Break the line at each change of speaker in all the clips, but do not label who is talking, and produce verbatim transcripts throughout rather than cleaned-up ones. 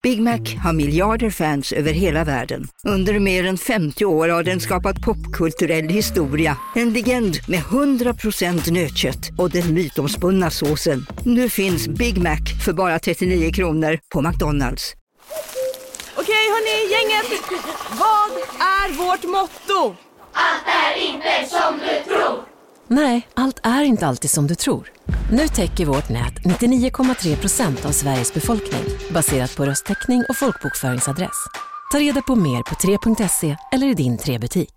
Big Mac har miljarder fans över hela världen. Under mer än femtio år har den skapat popkulturell historia. En legend med hundra procent nötkött och den mytomspunna såsen. Nu finns Big Mac för bara trettionio kronor på McDonald's.
Okej hörni, gänget. Vad är vårt motto?
Allt är inte som du tror.
Nej, allt är inte alltid som du tror. Nu täcker vårt nät nittionio komma tre procent av Sveriges befolkning baserat på röstteckning och folkbokföringsadress. Ta reda på mer på tre punkt se eller i din tre-butik.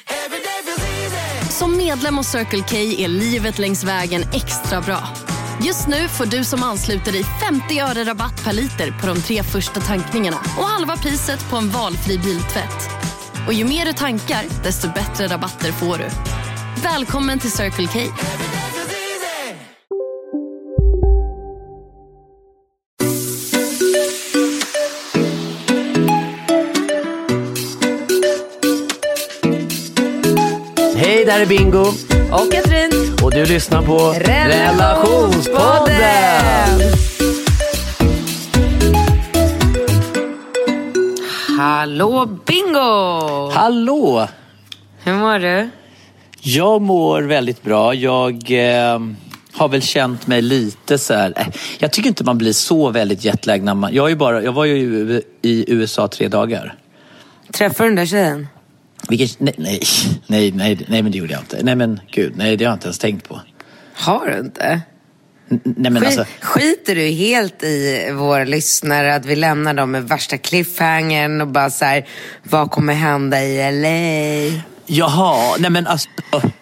Som medlem hos Circle K är livet längs vägen extra bra. Just nu får du som ansluter dig femtio öre rabatt per liter på de tre första tankningarna och halva priset på en valfri biltvätt. Och ju mer du tankar, desto bättre rabatter får du. Välkommen till Circle K.
Hej, där är Bingo.
Och Katrin.
Och du lyssnar på
Relationspodden.
Relationspodden.
Hallå Bingo.
Hallå.
Hur mår du?
Jag mår väldigt bra. Jag eh, har väl känt mig lite så här. Eh, jag tycker inte man blir så väldigt jetlag när man... Jag, är ju bara, jag var ju i U S A tre dagar.
Träffar du den där tjejen?
Vilket, nej, nej, nej, nej, nej, men det gjorde jag inte. Nej, men gud, nej, det har jag inte ens tänkt på.
Har du inte?
N- nej, men
Skit,
alltså...
Skiter du helt i våra lyssnare att vi lämnar dem med värsta cliffhangern och bara så här, vad kommer hända i L A?
Jaha, nej men alltså...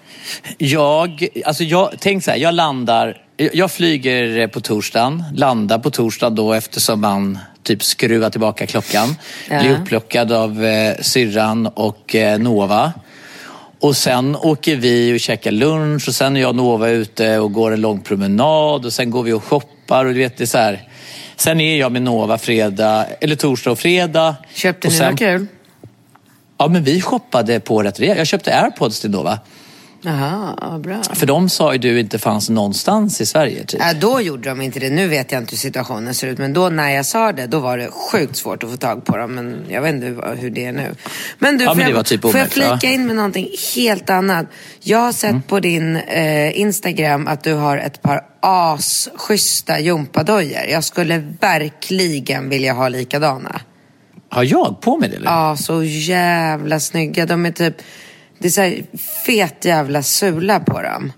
Jag, alltså jag, tänk så här, jag landar... Jag flyger på torsdagen, landar på torsdag då eftersom man typ skruvar tillbaka klockan.
Ja.
Blir upplockad av eh, syrran och eh, Nova. Och sen åker vi och käkar lunch och sen är jag och Nova ute och går en lång promenad och sen går vi och shoppar och du vet det är så här. Sen är jag med Nova fredag, eller torsdag och fredag.
Köpte
och
ni
sen,
något kul?
Ja, men vi shoppade på rätt rejält. Jag köpte AirPods till Nova.
Jaha, bra.
För de sa ju du inte fanns någonstans i Sverige typ.
Äh, då gjorde de inte det. Nu vet jag inte hur situationen ser ut. Men då när jag sa det, då var det sjukt svårt att få tag på dem. Men jag vet inte hur det är nu. Men du,
ja,
får,
men det
jag,
var typ
får jag
omöjligt,
flika
ja.
in med någonting helt annat? Jag har sett mm. på din eh, Instagram att du har ett par asschyssta jumpadojor. Jag skulle verkligen vilja ha likadana.
Har jag på mig det eller?
Ja, så jävla snygga. De är typ... Det är så här fet jävla sula på dem.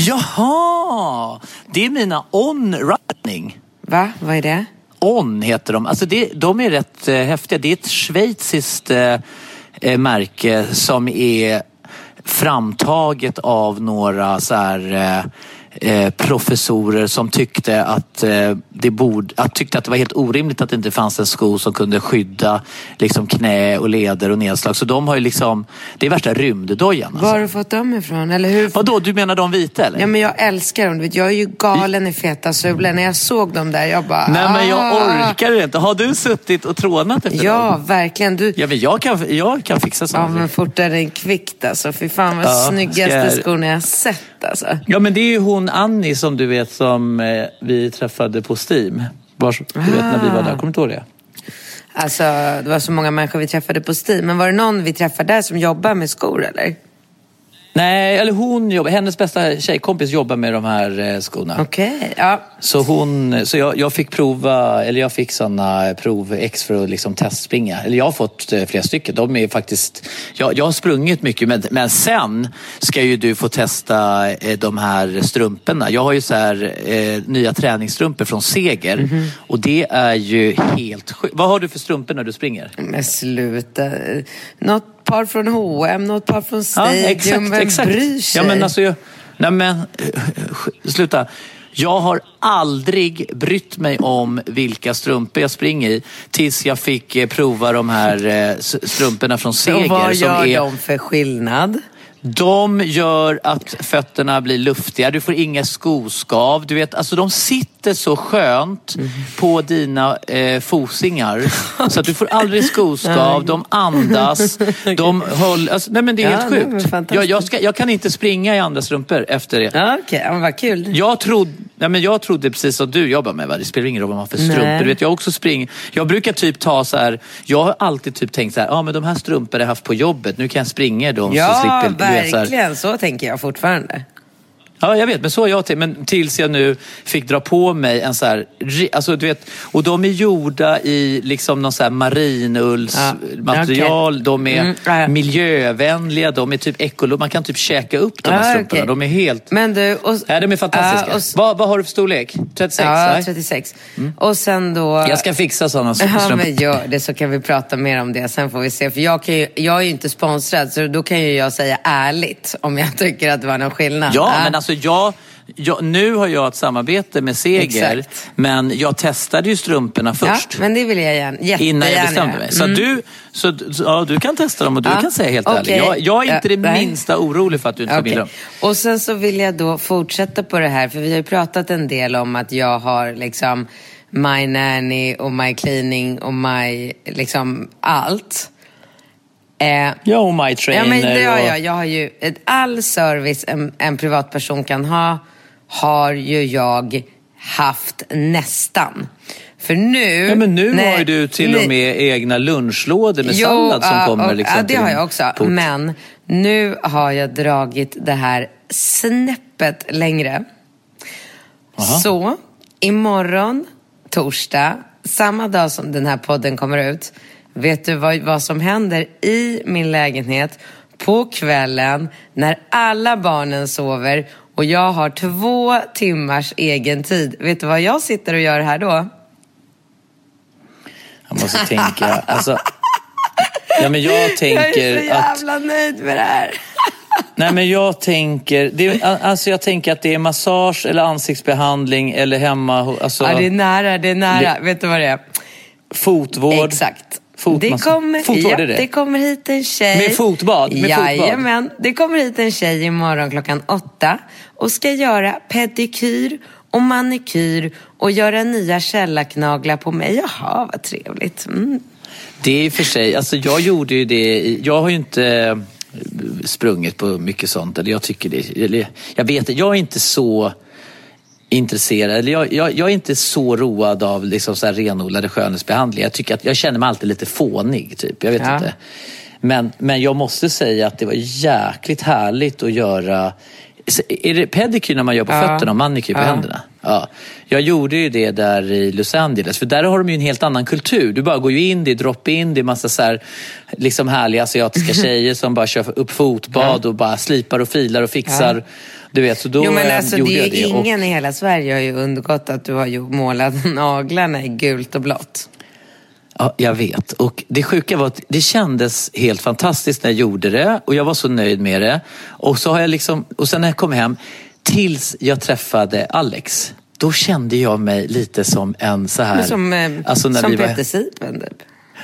Jaha! Det är mina On-Running.
Va? Vad är det?
On heter de. Alltså det, de är rätt eh, häftiga. Det är ett schweiziskt eh, eh, märke som är framtaget av några så här... Eh, Eh, professorer som tyckte att, eh, det borde, att tyckte att det var helt orimligt att det inte fanns en sko som kunde skydda liksom knä och leder och nedslag. Så de har ju liksom, det är värsta rymddojan. Alltså.
Var har du fått dem ifrån? Eller hur?
Vadå, du menar de vita eller?
Ja, men jag älskar dem. Du vet, jag är ju galen i feta sulor. När jag såg dem där, jag bara...
Nej, men jag
ah!
orkar inte. Har du suttit och trånat efter
ja,
dem?
Ja, verkligen. Du...
Ja, men jag kan, jag kan fixa sånt.
Ja, men fortare än kvickt alltså. Fy fan vad
ja,
snyggaste
jag...
skorna jag har sett alltså.
Ja, men det är ju hon Annie som du vet som eh, vi träffade på Steam. Var, du vet när vi var där, kommer du inte ihåg det?
Alltså, det var så många människor vi träffade på Steam. Men var det någon vi träffade där som jobbar med skor eller?
Nej, eller hon jobbar, hennes bästa tjejkompis jobbar med de här eh, skorna.
Okej, okay, ja.
Så hon, så jag, jag fick prova, eller jag fick såna prov-ex för att liksom testspringa. Eller jag har fått eh, flera stycken. De är faktiskt, jag, jag har sprungit mycket, men, men sen ska ju du få testa eh, de här strumporna. Jag har ju så här eh, nya träningsstrumpor från Seger. Mm-hmm. Och det är ju helt sjukt. Vad har du för strumpor när du springer?
Men sluta. Något par från H och M, något par från Stadium.
Ja, exakt, exakt.
Bryr sig.
Ja, men alltså, jag, nej men, sluta. Jag har aldrig brytt mig om vilka strumpor jag springer i tills jag fick prova de här strumporna från Seger.
Och vad gör
som är,
de för skillnad?
De gör att fötterna blir luftiga. Du får inga skoskav. Du vet, alltså de sitter sitter så skönt mm. på dina eh, fosingar så att du får aldrig skoskav, de andas, de håller, alltså, nej men det är ja, helt sjukt. Jag, jag, ska, jag kan inte springa i andra strumpor efter det.
Ja, okej, okay. Vad kul.
Jag trodde, nej men jag trodde precis som du jobbar med, det spelar ingen roll vad man har för strumpor. Du vet, jag också springer. Jag brukar typ ta så här, jag har alltid typ tänkt så här, ja ah, men de här strumpor jag haft på jobbet, nu kan jag springa dem.
Ja,
så slipper,
verkligen,
du vet,
så, så tänker jag fortfarande.
Ja, jag vet, men så är jag till. Men tills jag nu fick dra på mig en så här, alltså du vet, och de är gjorda i liksom någon så här marinullsmaterial, ja, okay. De är mm, ja. miljövänliga, de är typ ekolo, man kan typ käka upp de här ja, strumporna, okay. De är helt,
men du, och,
ja, de är fantastiska. Uh, och, vad, vad har du för storlek? trettiosex?
Ja,
nej?
trettiosex. Mm. Och sen då...
Jag ska fixa sådana strumpor.
Ja, men gör det, så kan vi prata mer om det, sen får vi se. För jag, kan ju, jag är ju inte sponsrad, så då kan ju jag säga ärligt om jag tycker att det var någon skillnad.
Ja,
äh.
men alltså jag, jag, nu har jag ett samarbete med Seger. Exakt. Men jag testade ju strumporna först.
Ja, men det vill jag gärna, jättegärna.
Innan jag bestämde mig. Så, mm. du, så, så ja, du kan testa dem och du ja. kan säga helt okay. ärligt. Jag, jag är inte ja, det nej. minsta orolig för att du inte okay. vill dem.
Och sen så vill jag då fortsätta på det här, för vi har ju pratat en del om att jag har liksom my nanny och my cleaning och my liksom allt.
Eh, ja, och my trainer.
Ja, men det har
och...
jag. Jag har ju ett, all service en, en privatperson kan ha, har ju jag haft nästan. För nu...
Ja, men nu
nej,
har du till
nej,
och med egna lunchlådor med jo, sallad som uh, kommer liksom.
Ja, det har jag också. Port. Men nu har jag dragit det här snäppet längre. Aha. Så, imorgon, torsdag, samma dag som den här podden kommer ut, vet du vad, vad som händer i min lägenhet på kvällen när alla barnen sover och jag har två timmars egen tid? Vet du vad jag sitter och gör här då?
Jag måste tänka, alltså... Ja, men jag tänker att... Jag
är så jävla
att,
nöjd med det här.
Nej, men jag tänker... Det, alltså jag tänker att det är massage eller ansiktsbehandling eller hemma... Alltså,
ja, det är nära, det är nära. Le, vet du vad det är?
Fotvård.
Exakt. Det kommer,
fotvård,
ja,
är det?
det kommer hit en tjej.
Med fotbad? Med
Jajamän,
fotbad.
Det kommer hit en tjej imorgon klockan åtta och ska göra pedikyr och manikyr och göra nya källarknaglar på mig. Jaha, vad trevligt. Mm.
Det är för sig, alltså jag gjorde ju det, jag har ju inte sprungit på mycket sånt, eller jag tycker det, eller jag vet inte, jag är inte så intresserad, eller jag, jag, jag är inte så road av liksom så här renodlade skönhetsbehandlingar. Jag tycker att jag känner mig alltid lite fånig typ, jag vet ja. inte. Men, men jag måste säga att det var jäkligt härligt att göra. Är det pedikyr när man gör på ja. fötterna och manikyr på ja. händerna? Ja. Jag gjorde ju det där i Los Angeles, för där har de ju en helt annan kultur. Du bara går ju in, det är drop-in, det är massa så här, liksom härliga asiatiska tjejer som bara kör upp fotbad ja. och bara slipar och filar och fixar. Ja. Du vet, så då
jo, men alltså,
gjorde
det är
jag det.
ingen
och...
i hela Sverige har ju undgått att du har ju målat naglarna i gult och blått.
Ja, jag vet. Och det sjuka var att det kändes helt fantastiskt när jag gjorde det. Och jag var så nöjd med det. Och så har jag liksom, och sen när jag kom hem, tills jag träffade Alex, då kände jag mig lite som en så här...
Som, eh,
alltså när
som
vi var...
Peter Sipen, typ.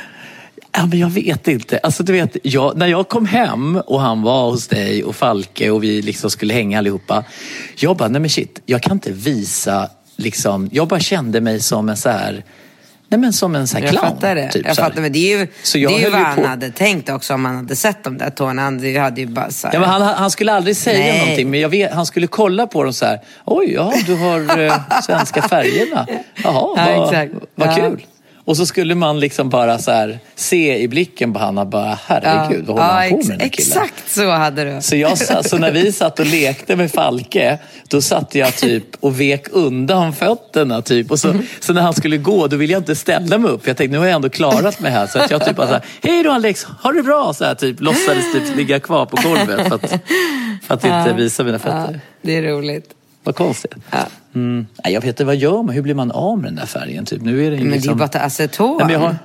Ja, men jag vet inte. Alltså du vet, jag, när jag kom hem och han var hos dig och Falke och vi liksom skulle hänga allihopa. Jag bara, nej men shit, jag kan inte visa liksom, jag bara kände mig som en så här... Nej, men som en sån här clown.
Jag fattar det.
Typ,
jag fattar, men det är ju,
så
det är ju vad han
på...
hade tänkt också om han hade sett de där tårna. Han hade ju bara så här...
Ja, men han, han skulle aldrig säga
Nej.
någonting, men jag vet, han skulle kolla på dem så här. Oj, ja, du har eh, svenska färgerna. Jaha,
ja,
vad,
exakt.
vad
ja.
kul. Och så skulle man liksom bara så här se i blicken på han och bara, herregud,
ja.
vad håller
ja,
han på med den
ex- Exakt så hade du.
Så, jag, så när vi satt och lekte med Falke, då satt jag typ och vek undan fötterna typ. Och så, mm. så när han skulle gå, då ville jag inte ställa mig upp. Jag tänkte, nu har jag ändå klarat mig här. Så att jag typ bara så här, hej då Alex, har det bra? Så här typ, låtsades typ ligga kvar på golvet för att, för att inte
ja.
visa mina fötter.
Ja, det är roligt.
Vad konstigt.
Ja.
Mm. Nej, jag vet inte, vad gör man? Hur blir man av med den där färgen? Typ? Nu är det ju
men
liksom...
det är bara aceton.
Nej, men jag har...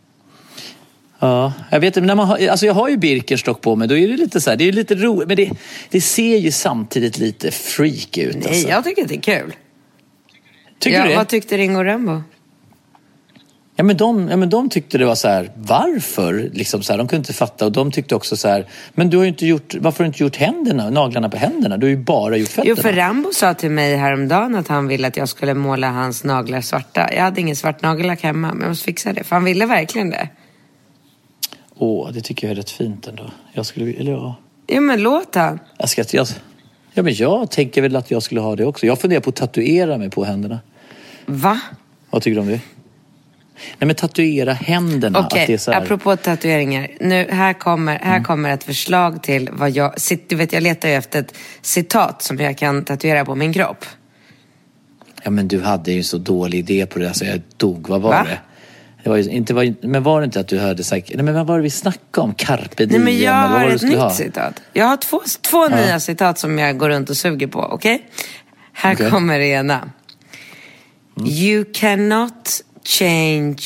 Ja, jag vet inte, när man har... alltså jag har ju Birkenstock på mig, då är det lite så här, det är lite roligt, men det, det ser ju samtidigt lite freak ut.
Nej,
alltså.
jag tycker det är kul.
Tycker
ja,
du det?
Vad tyckte Ringo Rambo?
Ja men, de, ja, men de tyckte det var så här, varför? Liksom så här, de kunde inte fatta. Och de tyckte också så här, men du har ju inte gjort, varför har du inte gjort händerna, naglarna på händerna? Du har ju bara gjort fötterna.
Jo, för Rambo sa till mig häromdagen att han ville att jag skulle måla hans naglar svarta. Jag hade ingen svart nagellack hemma, men jag måste fixa det. För han ville verkligen det.
Åh, det tycker jag är rätt fint ändå. Jag skulle, eller ja.
Ja, men låt han.
Jag ska, jag, ja, men jag tänker väl att jag skulle ha det också. Jag funderar på att tatuera mig på händerna.
Va?
Vad tycker du om det? Nej, men tatuera händerna.
Okej, okay, här... apropå tatueringar. Nu, här kommer, här mm. kommer ett förslag till vad jag... Du vet, jag letar ju efter ett citat som jag kan tatuera på min kropp.
Ja, men du hade ju en så dålig idé på det. Alltså, jag dog. Vad var Va? det? Det var ju inte, var, men var det inte att du hörde så här, nej, men vad var det vi snackade om? Carpe diem?
Nej, men jag har ett nytt
ha?
citat. Jag har två, två ja. nya citat som jag går runt och suger på, okej? Okay? Här okay. kommer det ena. Mm. You cannot change...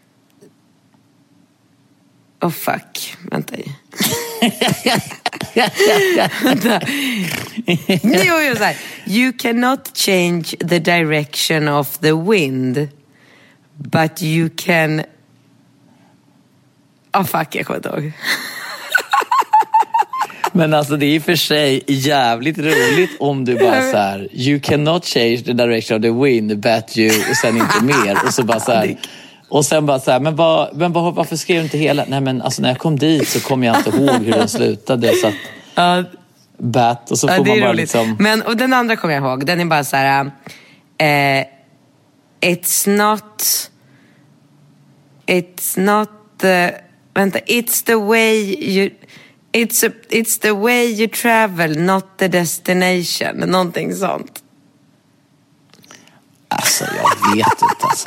Oh fuck, vänta i. Vänta. Jo, jo, så här. You cannot change the direction of the wind, but you can... Oh fuck, jag kommer inte ihåg.
Men alltså det är i för sig jävligt roligt om du bara så här, you cannot change the direction of the wind, but you, och sen inte mer. Och så bara så här... Och sen bara så här, men, vad, men vad, varför skrev du inte hela? Nej, men alltså när jag kom dit så kom jag inte ihåg hur den slutade. Så att, uh, bat, och så får uh, man bara roligt. liksom...
Men, och den andra kommer jag ihåg, den är bara så här... Uh, it's not... It's not the... Vänta, it's the way you... It's, a, it's the way you travel, not the destination. Någonting sånt.
Alltså, jag vet inte alltså.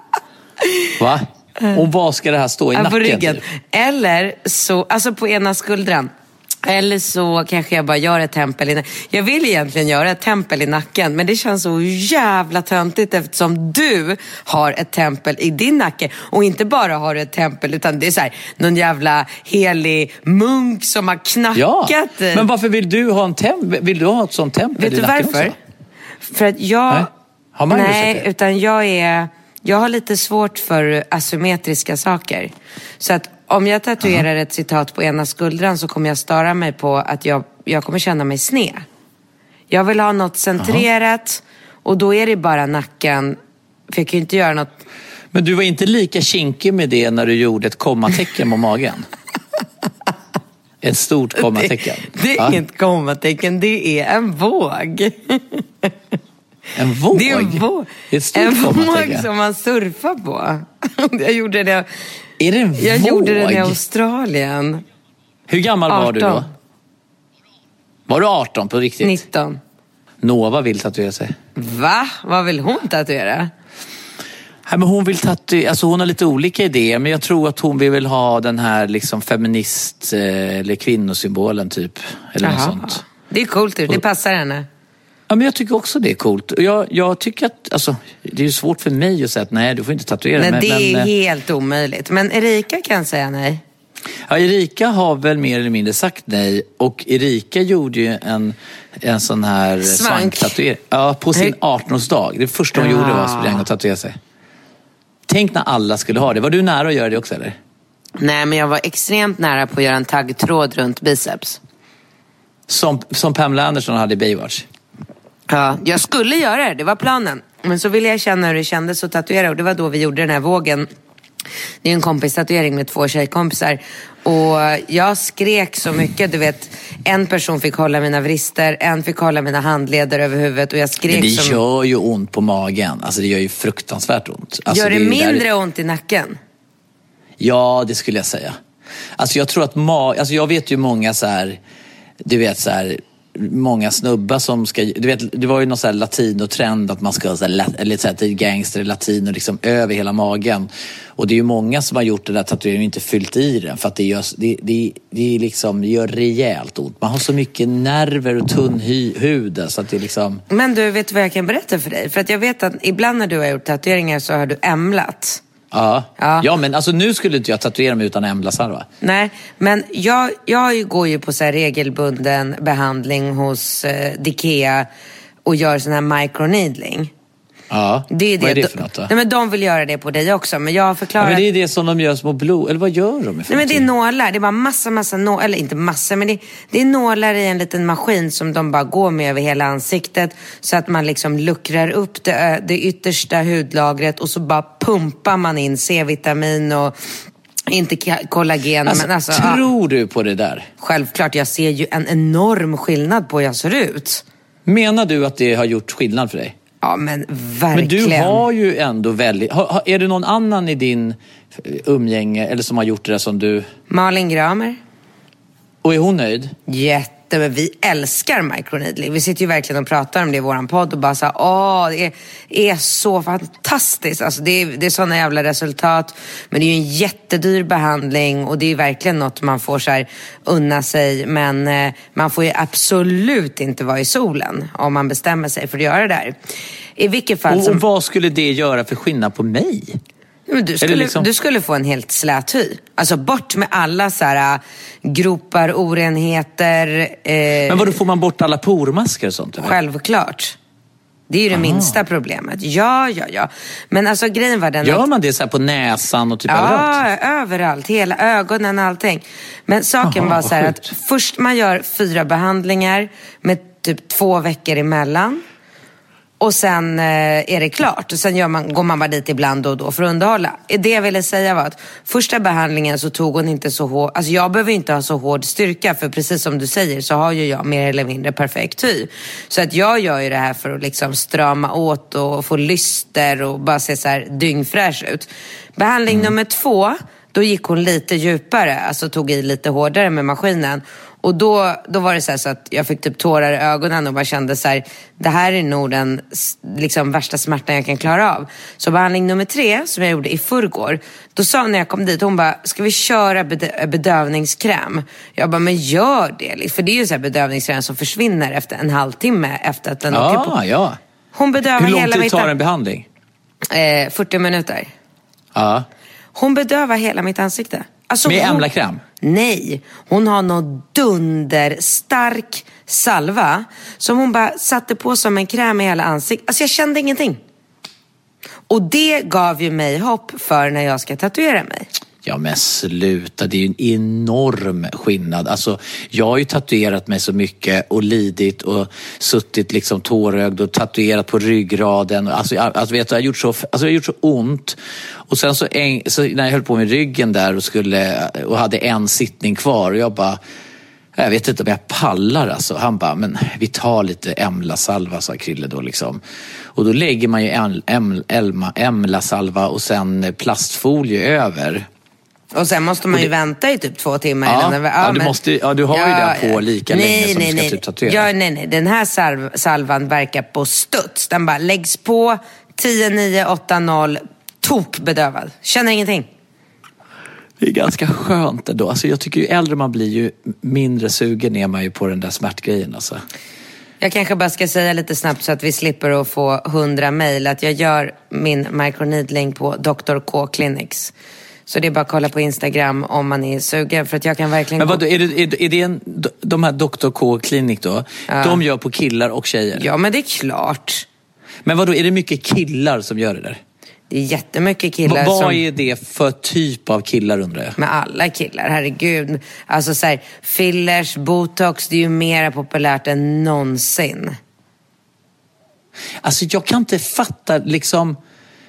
Va? Och vad ska det här stå i nacken?
På ryggen. Typ? Eller så, alltså på ena skuldran. Eller så kanske jag bara gör ett tempel i nacken. Jag vill egentligen göra ett tempel i nacken, men det känns så jävla töntigt eftersom du har ett tempel i din nacke. Och inte bara har du ett tempel, utan det är så här, någon jävla helig munk som har knackat.
Ja, men varför vill du ha en tempel? Vill du ha ett sånt tempel
Vet
i
du
nacken
varför?
också?
För att jag...
Nej, har man
Nej utan jag är... Jag har lite svårt för asymmetriska saker. Så att om jag tatuerar Aha. ett citat på ena skuldran så kommer jag störa mig på att jag, jag kommer känna mig sned. Jag vill ha något centrerat Aha. och då är det bara nacken. För jag kan ju inte göra något...
Men du var inte lika kinkig med det när du gjorde ett kommatecken på magen? Ett stort kommatecken.
Det, det är ja. inget kommatecken, det är en våg.
En våg?
Det är en våg, en våg som man surfar på. Jag gjorde det.
Är det en våg?
Jag gjorde det i Australien.
Hur gammal
arton.
Var du då? Var du arton på riktigt?
nitton.
Nova vill tatuera sig.
Va? Vad vill hon tatuera?
Nej, men hon vill tatuera, alltså hon har lite olika idéer, men jag tror att hon vill ha den här liksom feminist eller kvinnosymbolen typ. Eller något sånt.
Det är coolt, det passar henne.
Ja, men jag tycker också det är coolt. Jag, jag tycker att, alltså, det är ju svårt för mig att säga att nej, du får inte tatuera.
Nej,
men,
det är
men,
helt omöjligt. Men Erika kan säga nej.
Ja, Erika har väl mer eller mindre sagt nej. Och Erika gjorde ju en, en sån här svanktatuering. Ja, på sin artonårsdag. Det första hon ja. gjorde var att springa och tatuera sig. Tänk när alla skulle ha det. Var du nära att göra det också, eller?
Nej, men jag var extremt nära på att göra en taggtråd runt biceps.
Som, som Pamela Anderson hade i Baywatch.
Ja, jag skulle göra det, det var planen. Men så ville jag känna hur det kändes att tatuera. Och det var då vi gjorde den här vågen. Det är en kompis-tatuering med två tjejkompisar. Och jag skrek så mycket, du vet. En person fick hålla mina vrister, en fick hålla mina handleder över huvudet. Och jag skrek. Men
det
som...
gör ju ont på magen. Alltså det gör ju fruktansvärt ont. Alltså,
gör det,
det
mindre
där...
ont i nacken?
Ja, det skulle jag säga. Alltså jag tror att ma... alltså jag vet ju många så här, du vet så här, många snubbar som ska, du vet, det var ju någon så här latinotrend att man ska ha så här, lite så här gangster latino liksom över hela magen. Och det är ju många som har gjort det där tatueringen och inte fyllt i den för att det gör, det, det, det liksom det gör rejält ont. Man har så mycket nerver och tunn hy, hud så att det liksom...
Men du, vet vad jag kan berätta för dig? För att jag vet att ibland när du har gjort tatueringar så har du ämlat.
Ja. Ja. ja, men alltså nu skulle inte jag tatuera mig utan ämlasar, va? Nej,
men jag, jag går ju på så här regelbunden behandling hos eh, Dikea och gör sån här microneedling.
Ja,
det är det.
Vad är det för något då?
Nej, men de vill göra det på dig också, men jag har förklarat...
Ja, men det är det som de gör små blod, eller vad gör de?
Nej, men det är nålar, det är bara massa, massa nålar, eller inte massa, men det, det är nålar i en liten maskin som de bara går med över hela ansiktet så att man liksom luckrar upp det, det yttersta hudlagret och så bara pumpar man in C-vitamin och inte kollagen.
Alltså,
men alltså,
tror
ja,
du på det där?
självklart, jag ser ju en enorm skillnad på hur jag ser ut.
Menar du att det har gjort skillnad för dig?
Ja, men verkligen.
Men du har ju ändå väldigt... Har, har, är det någon annan i din umgänge eller som har gjort det där som du...
Malin Gramer.
Och är hon nöjd?
Jätte, men vi älskar microneedling. Vi sitter ju verkligen och pratar om det i våran podd och bara så här, åh, det är, är så fantastiskt. Alltså det är, det är sådana jävla resultat. Men det är ju en jättedyr behandling och det är verkligen något man får så här unna sig. Men eh, man får ju absolut inte vara i solen om man bestämmer sig för att göra det där. I vilket fall
och,
som...
och vad skulle det göra för skillnad på mig?
Men du, skulle,
liksom...
du skulle få en helt slät hy. Alltså bort med alla så här gropar, orenheter. Eh...
Men vad då, får man bort alla pormasker och sånt? Eller?
Självklart. Det är ju det
Aha.
minsta problemet. Ja, ja, ja. Men alltså grejen var den...
Gör
att...
man det så här på näsan och typ
ja,
överallt?
Ja, överallt. Hela ögonen och allting. Men saken
Aha,
var så här
sjukt.
att först man gör fyra behandlingar med typ två veckor emellan. Och sen eh, är det klart. Och sen gör man, går man bara dit ibland och då för att underhålla. Det jag ville säga var att första behandlingen så tog hon inte så hård... Alltså jag behöver inte ha så hård styrka. För precis som du säger så har ju jag mer eller mindre perfekt hy. Så att jag gör ju det här för att liksom strama åt och få lyster och bara se så här dyngfräsch ut. Behandling mm. nummer två, då gick hon lite djupare. Alltså tog i lite hårdare med maskinen. Och då, då var det så, här så att jag fick typ tårar i ögonen och bara kände så här, det här är nog den liksom, värsta smärtan jag kan klara av. Så behandling nummer tre, som jag gjorde i förrgår, då sa när jag kom dit, hon bara, ska vi köra bed- bedövningskräm? Jag bara, men gör det. För det är ju så här bedövningskräm som försvinner efter en halvtimme efter att den
ja,
åker på.
Ja.
Hon bedövar
Hur lång
hela
tid
mitt...
tar en behandling?
Eh, fyrtio minuter.
Ja.
Hon bedövar hela mitt ansikte. Alltså,
med
hon...
emlakräm?
Nej, hon har någon dunderstark salva som hon bara satte på som en kräm i hela ansiktet. Alltså jag kände ingenting. Och det gav ju mig hopp för när jag ska tatuera mig.
Ja men sluta, det är ju en enorm skillnad. Alltså jag har ju tatuerat mig så mycket och lidit och suttit liksom tårögd och tatuerat på ryggraden. Alltså, jag, alltså vet du, jag har gjort så, alltså, jag har gjort så ont. Och sen så, en, så när jag höll på med ryggen där och, skulle, och hade en sittning kvar och jag bara, jag vet inte om jag pallar alltså. Han bara, men vi tar lite emlasalva, sa Krille då liksom. Och då lägger man ju em, em, elma, emlasalva och sen plastfolie över.
Och sen måste man ju det... vänta i typ två timmar.
Ja,
innan... ja,
ja, du,
men...
måste, ja du har
ja,
ju det på lika
nej,
länge som
nej,
du ska
nej.
typ tatuera.
Ja, nej, nej. Den här salv, salvan verkar på studs. Den bara läggs på tio, nio, åtta, noll. Tok bedövad. Känner ingenting.
Det är ganska skönt ändå. Alltså jag tycker ju äldre man blir ju mindre sugen är man ju på den där smärtgrejen alltså.
Jag kanske bara ska säga lite snabbt så att vi slipper att få hundra mejl att jag gör min microneedling på doktor K Clinics. Så det är bara att kolla på Instagram om man är sugen för att jag kan verkligen...
Men vad, är, det, är, det, är det en, de här doktor K Clinic då? Ja. De gör på killar och tjejer?
Ja, men det är klart.
Men vad då, är det mycket killar som gör det där?
Det är jättemycket killar
v- vad
som...
är det för typ av killar undrar jag?
Med alla killar, herregud. Alltså så här, fillers, botox, det är ju mer populärt än någonsin.
Alltså jag kan inte fatta liksom...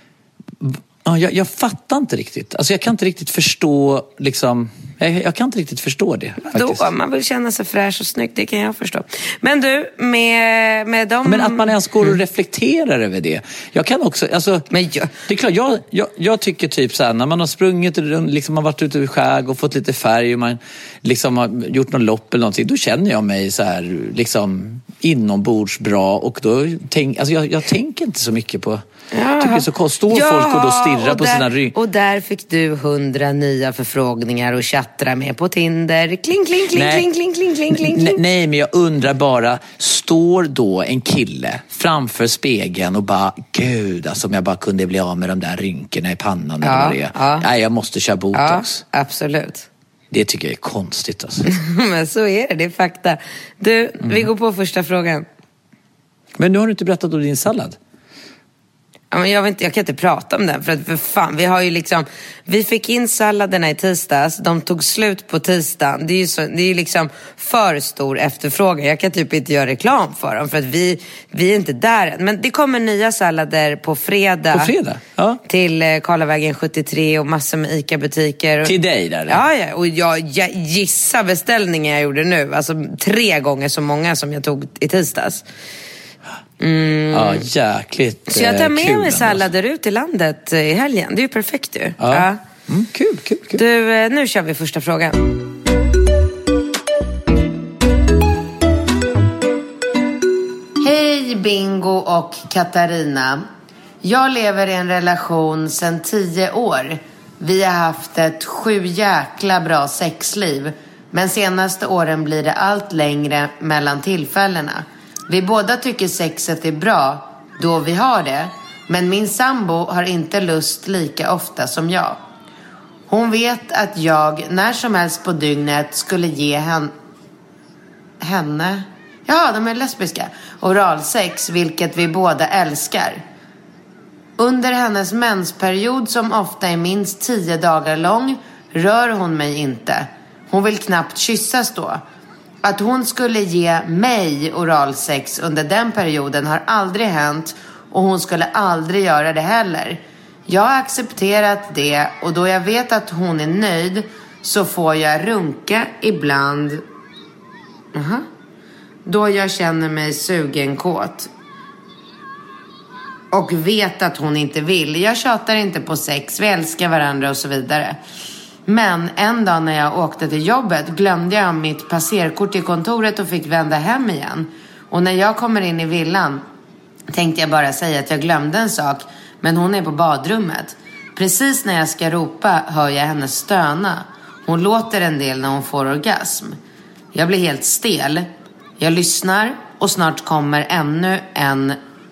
Ja, jag, jag fattar inte riktigt. Alltså jag kan inte riktigt förstå liksom... Jag, jag kan inte riktigt förstå det faktiskt.
Då, man vill känna sig fräsch och snygg, det kan jag förstå. Men du, med, med dem...
Men att man ens går och reflekterar över det. Jag kan också, alltså...
Men jag...
Det är klart, jag, jag, jag tycker typ så här, när man har sprungit, liksom man har varit ute i skärg och fått lite färg och man liksom har gjort någon lopp eller någonting, då känner jag mig så här, liksom inombords bra och då tänk, alltså jag, jag tänker inte så mycket på... Jag tycker det är så konstigt. Står
ja,
folk och då stirrar och på
där,
sina rygg.
Och där fick du hundra nya förfrågningar och chattra med på Tinder. Kling, kling, kling,
nej.
kling, kling, kling, kling, kling,
nej, nej, men jag undrar bara, står då en kille framför spegeln och bara, gud, alltså om jag bara kunde bli av med de där rynkorna i pannan
ja,
eller vad det är.
Ja.
Nej, jag måste köra botox.
Ja, absolut.
Det tycker jag är konstigt alltså.
Men så är det, det är fakta. Du, mm. vi går på första frågan.
Men nu har du inte berättat om din sallad.
Ja, men jag, vet inte, jag kan inte prata om den. För att för fan, vi har ju liksom... Vi fick in salladerna i tisdags. De tog slut på tisdagen. Det är ju, så, det är ju liksom för stor efterfrågan. Jag kan typ inte göra reklam för dem. För att vi, vi är inte där än. Men det kommer nya sallader på fredag.
På fredag? Ja.
Till eh, Karlavägen sjuttiotre och massor med ICA-butiker.
Till dig där?
Ja, ja. Och jag, jag gissar beställningen jag gjorde nu. Alltså tre gånger så många som jag tog i tisdags. Mm.
Ja, jäkligt.
Så jag tar med
kul
mig sallader ut i landet i helgen. Det är ju perfekt ju.
Ja.
Ja.
Mm, kul, kul, kul.
Du, nu kör vi första frågan. Hej Bingo och Katarina. Jag lever i en relation sedan tio år. Vi har haft ett sju jäkla bra sexliv. Men senaste åren blir det allt längre mellan tillfällena. Vi båda tycker sexet är bra då vi har det. Men min sambo har inte lust lika ofta som jag. Hon vet att jag när som helst på dygnet skulle ge hen... henne... Ja, de är lesbiska. Oralsex, vilket vi båda älskar. Under hennes mensperiod som ofta är minst tio dagar lång rör hon mig inte. Hon vill knappt kyssas då. Att hon skulle ge mig oralsex under den perioden har aldrig hänt och hon skulle aldrig göra det heller. Jag har accepterat det och då jag vet att hon är nöjd så får jag runka ibland. Uh-huh. Då jag känner mig sugen kåt. Och vet att hon inte vill. Jag tjatar inte på sex, vi älskar varandra och så vidare. Men en dag när jag åkte till jobbet glömde jag mitt passerkort i kontoret och fick vända hem igen. Och när jag kommer in i villan tänkte jag bara säga att jag glömde en sak. Men hon är på badrummet. Precis när jag ska ropa hör jag henne stöna. Hon låter en del när hon får orgasm. Jag blir helt stel. Jag lyssnar och snart kommer ännu en.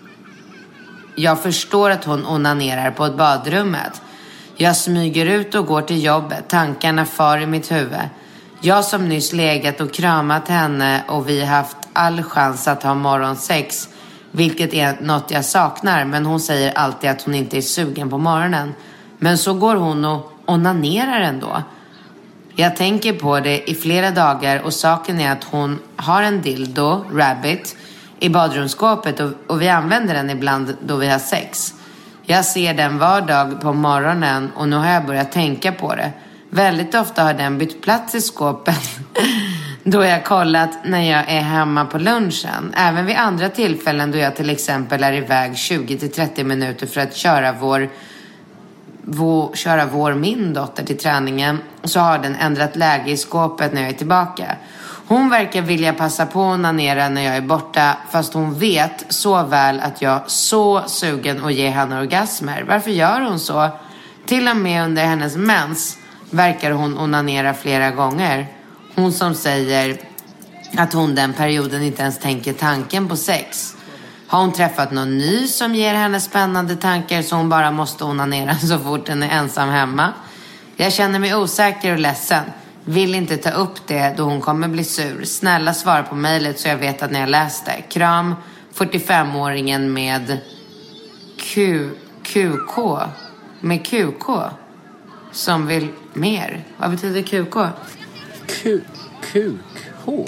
Jag förstår att hon onanerar på ett badrummet. Jag smyger ut och går till jobbet. Tankarna far i mitt huvud. Jag som nyss legat och kramat henne och vi haft all chans att ha morgonsex. Vilket är något jag saknar. Men hon säger alltid att hon inte är sugen på morgonen. Men så går hon och onanerar ändå. Jag tänker på det i flera dagar och saken är att hon har en dildo, rabbit, i badrumsskåpet och, och vi använder den ibland då vi har sex. Jag ser den var dag på morgonen och nu har jag börjat tänka på det. Väldigt ofta har den bytt plats i skåpet då jag kollat när jag är hemma på lunchen. Även vid andra tillfällen då jag till exempel är iväg tjugo till trettio minuter för att köra vår, vår, köra vår min dotter till träningen så har den ändrat läge i skåpet när jag är tillbaka. Hon verkar vilja passa på att onanera när jag är borta fast hon vet så väl att jag är så sugen att ge henne orgasmer. Varför gör hon så? Till och med under hennes mens verkar hon onanera flera gånger. Hon som säger att hon den perioden inte ens tänker tanken på sex. Har hon träffat någon ny som ger henne spännande tankar så hon bara måste onanera så fort den är ensam hemma? Jag känner mig osäker och ledsen. Vill inte ta upp det då hon kommer bli sur. Snälla svara på mejlet så jag vet att ni har läst det. Kram, fyrtiofemåringen med Q, QK. Med Q K. Som vill mer. Vad betyder Q K?
Q, Q, K.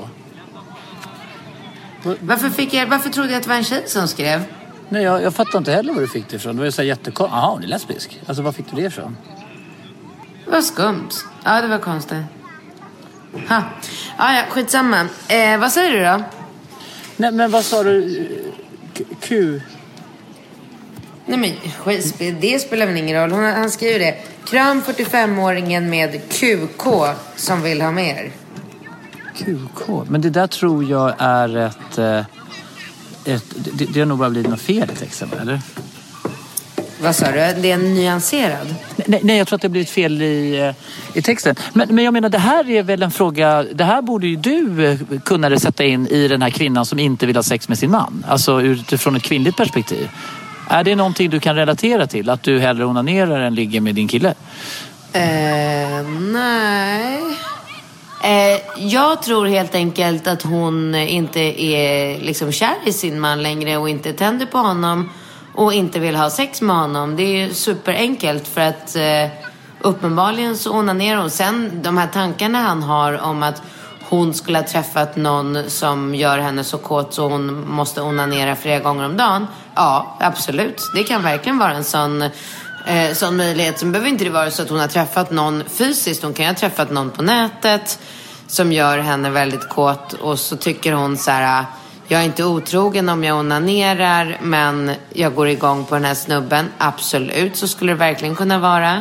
Varför, fick jag, varför trodde jag att det var en tjej som skrev?
Nej, jag, jag fattar inte heller var du fick det ifrån. Det var ju så jättekonstigt. Jaha, hon är lesbisk. Alltså, var fick du det ifrån?
Det var skumt. Ja, det var konstigt. Ha. Ja, ja, skitsamma. Eh, vad säger du då?
Nej, men vad sa du? Q...
Nej, men skit, det spelar väl ingen roll. Hon, han skriver det. Kram fyrtiofemåringen med Q K som vill ha mer.
Q K? Men det där tror jag är ett... ett det, det har nog bara blivit något fel i texten, eller?
Vad sa du? Det är en nyanserad?
Nej, nej, jag tror att det har blivit fel i, i texten. Men, men jag menar, det här är väl en fråga... Det här borde ju du kunna sätta in i den här kvinnan som inte vill ha sex med sin man. Alltså utifrån ett kvinnligt perspektiv. Är det någonting du kan relatera till? Att du hellre onanerar än ligger med din kille?
Eh, nej. Eh, jag tror helt enkelt att hon inte är liksom kär i sin man längre och inte tänder på honom. och inte vill ha sex med honom. Det är ju superenkelt för att eh, uppenbarligen så onanerar hon. Sen de här tankarna han har om att hon skulle ha träffat någon som gör henne så kåt så hon måste onanera flera gånger om dagen. Ja, absolut. Det kan verkligen vara en sån, eh, sån möjlighet. Som behöver inte det vara så att hon har träffat någon fysiskt. Hon kan ju ha träffat någon på nätet som gör henne väldigt kåt. Och så tycker hon så här: jag är inte otrogen om jag onanerar, men jag går igång på den här snubben. Absolut, så skulle det verkligen kunna vara.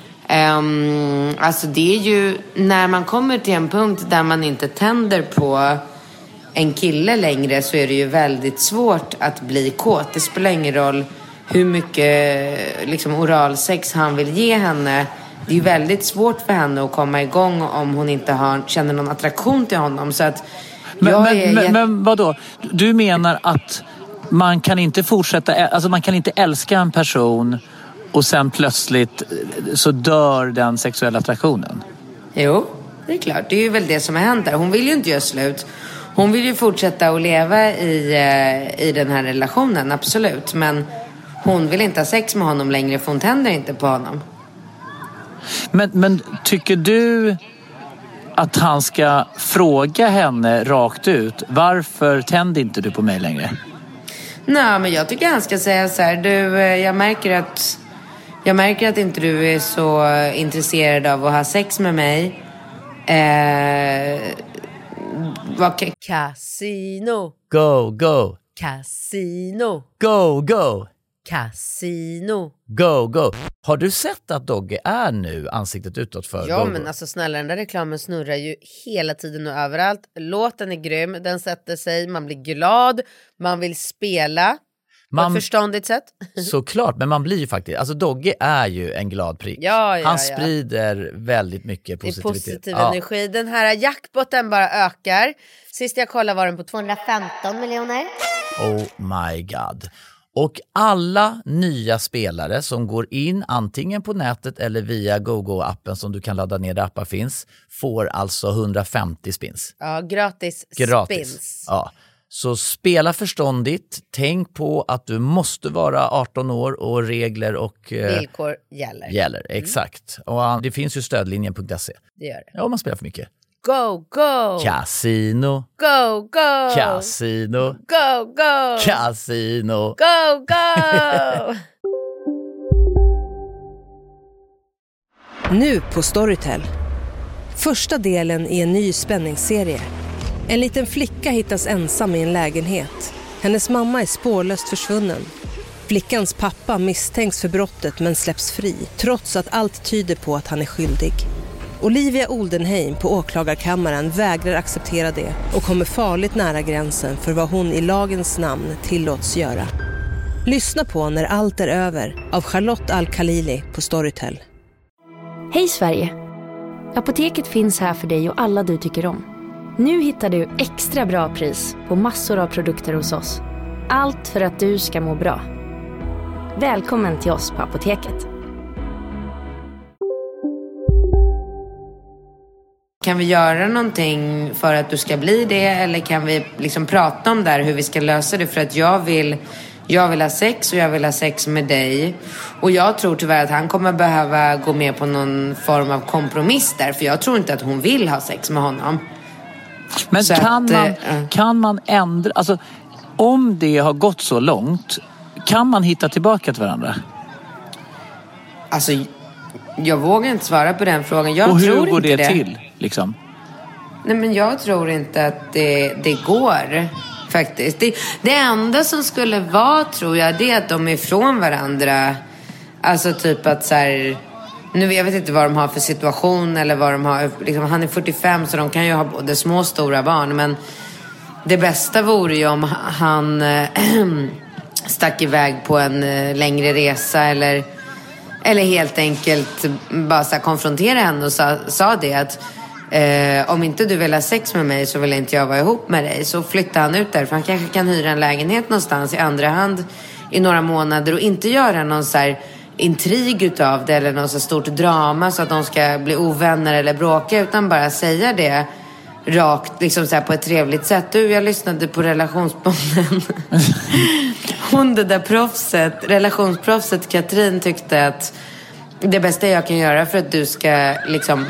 Um, alltså det är ju när man kommer till en punkt där man inte tänder på en kille längre, så är det ju väldigt svårt att bli kåt. Det spelar ingen roll hur mycket liksom oralsex han vill ge henne. Det är ju väldigt svårt för henne att komma igång om hon inte har, känner någon attraktion till honom. Så att
men,
jag
men,
är
men,
jätt...
men vadå? Du menar att man kan inte fortsätta, alltså man kan inte älska en person och sen plötsligt så dör den sexuella attraktionen?
Jo, det är klart. Det är ju väl det som har hänt där. Hon vill ju inte göra slut. Hon vill ju fortsätta att leva i, i den här relationen, absolut. Men hon vill inte ha sex med honom längre, för hon tänder inte på honom.
Men, men tycker du att han ska fråga henne rakt ut: varför tänder inte du på mig längre?
Nej, men jag tycker han ska säga så här: du, jag märker att Jag märker att inte du är så intresserad av att ha sex med mig. Eh, vad kan...
Casino.
Go, go.
Casino.
Go, go.
Casino.
Go, go. Har du sett att Dogge är nu ansiktet utåt för
Ja,
go,
men
go?
alltså snälla, den där reklamen snurrar ju hela tiden och överallt. Låten är grym, den sätter sig, man blir glad, man vill spela.
Man,
på ett förståndigt sätt.
Såklart, men man blir ju faktiskt... Alltså Dogge är ju en glad prick.
Ja, ja,
Han
ja.
sprider väldigt mycket positivitet.
Det är positiv
ja.
energi. Den här jackpotten bara ökar. Sist jag kollade var den på
tvåhundrafemton miljoner.
Oh my god. Och alla nya spelare som går in antingen på nätet eller via GoGo-appen som du kan ladda ner där appar finns, får alltså hundrafemtio spins.
Ja, gratis,
gratis.
spins.
Ja. Så spela förståndigt. Tänk på att du måste vara arton år och regler och eh,
villkor gäller.
Gäller, exakt. Mm. Och det finns ju stödlinjen punkt se.
Det gör det.
Ja, om man spelar för mycket.
Go, go!
Casino.
Go, go!
Casino.
Go, go!
Casino.
Go, go!
Nu på Storytel. Första delen i en ny spänningsserie. En liten flicka hittas ensam i en lägenhet. Hennes mamma är spårlöst försvunnen. Flickans pappa misstänks för brottet men släpps fri, trots att allt tyder på att han är skyldig. Olivia Oldenheim på åklagarkammaren vägrar acceptera det och kommer farligt nära gränsen för vad hon i lagens namn tillåts göra. Lyssna på När allt är över av Charlotte Al-Khalili på Storytel.
Hej Sverige! Apoteket finns här för dig och alla du tycker om. Nu hittar du extra bra pris på massor av produkter hos oss. Allt för att du ska må bra. Välkommen till oss på Apoteket.
Kan vi göra någonting för att du ska bli det? Eller kan vi liksom prata om där hur vi ska lösa det? För att jag vill, jag vill ha sex och jag vill ha sex med dig. Och jag tror tyvärr att han kommer behöva gå med på någon form av kompromiss där. För jag tror inte att hon vill ha sex med honom.
Men
så
kan,
att,
man,
äh,
kan man ändra... Alltså, om det har gått så långt, kan man hitta tillbaka till varandra?
Alltså, jag vågar inte svara på den frågan. Jag
och hur
tror
går
inte
det,
det
till? Liksom?
Nej, men jag tror inte att det, det går faktiskt. Det, det enda som skulle vara, tror jag, det är att de är ifrån varandra. Alltså typ att så här... Nu, jag vet inte vad de har för situation eller vad de har. Liksom, han är fyrtiofem så de kan ju ha både små och stora barn. Men det bästa vore ju om han äh, stack iväg på en äh, längre resa. Eller, eller helt enkelt bara så här, konfrontera henne och sa, sa det att äh, om inte du vill ha sex med mig så vill inte jag vara ihop med dig. Så flyttar han ut där. För han kanske kan hyra en lägenhet någonstans i andra hand i några månader. Och inte göra någon så här intrig utav det eller något så stort drama så att de ska bli ovänner eller bråka, utan bara säga det rakt, liksom så här på ett trevligt sätt. Du, jag lyssnade på Relationspodden hon, det där proffset, relationsproffset Katrin, tyckte att det bästa jag kan göra för att du ska liksom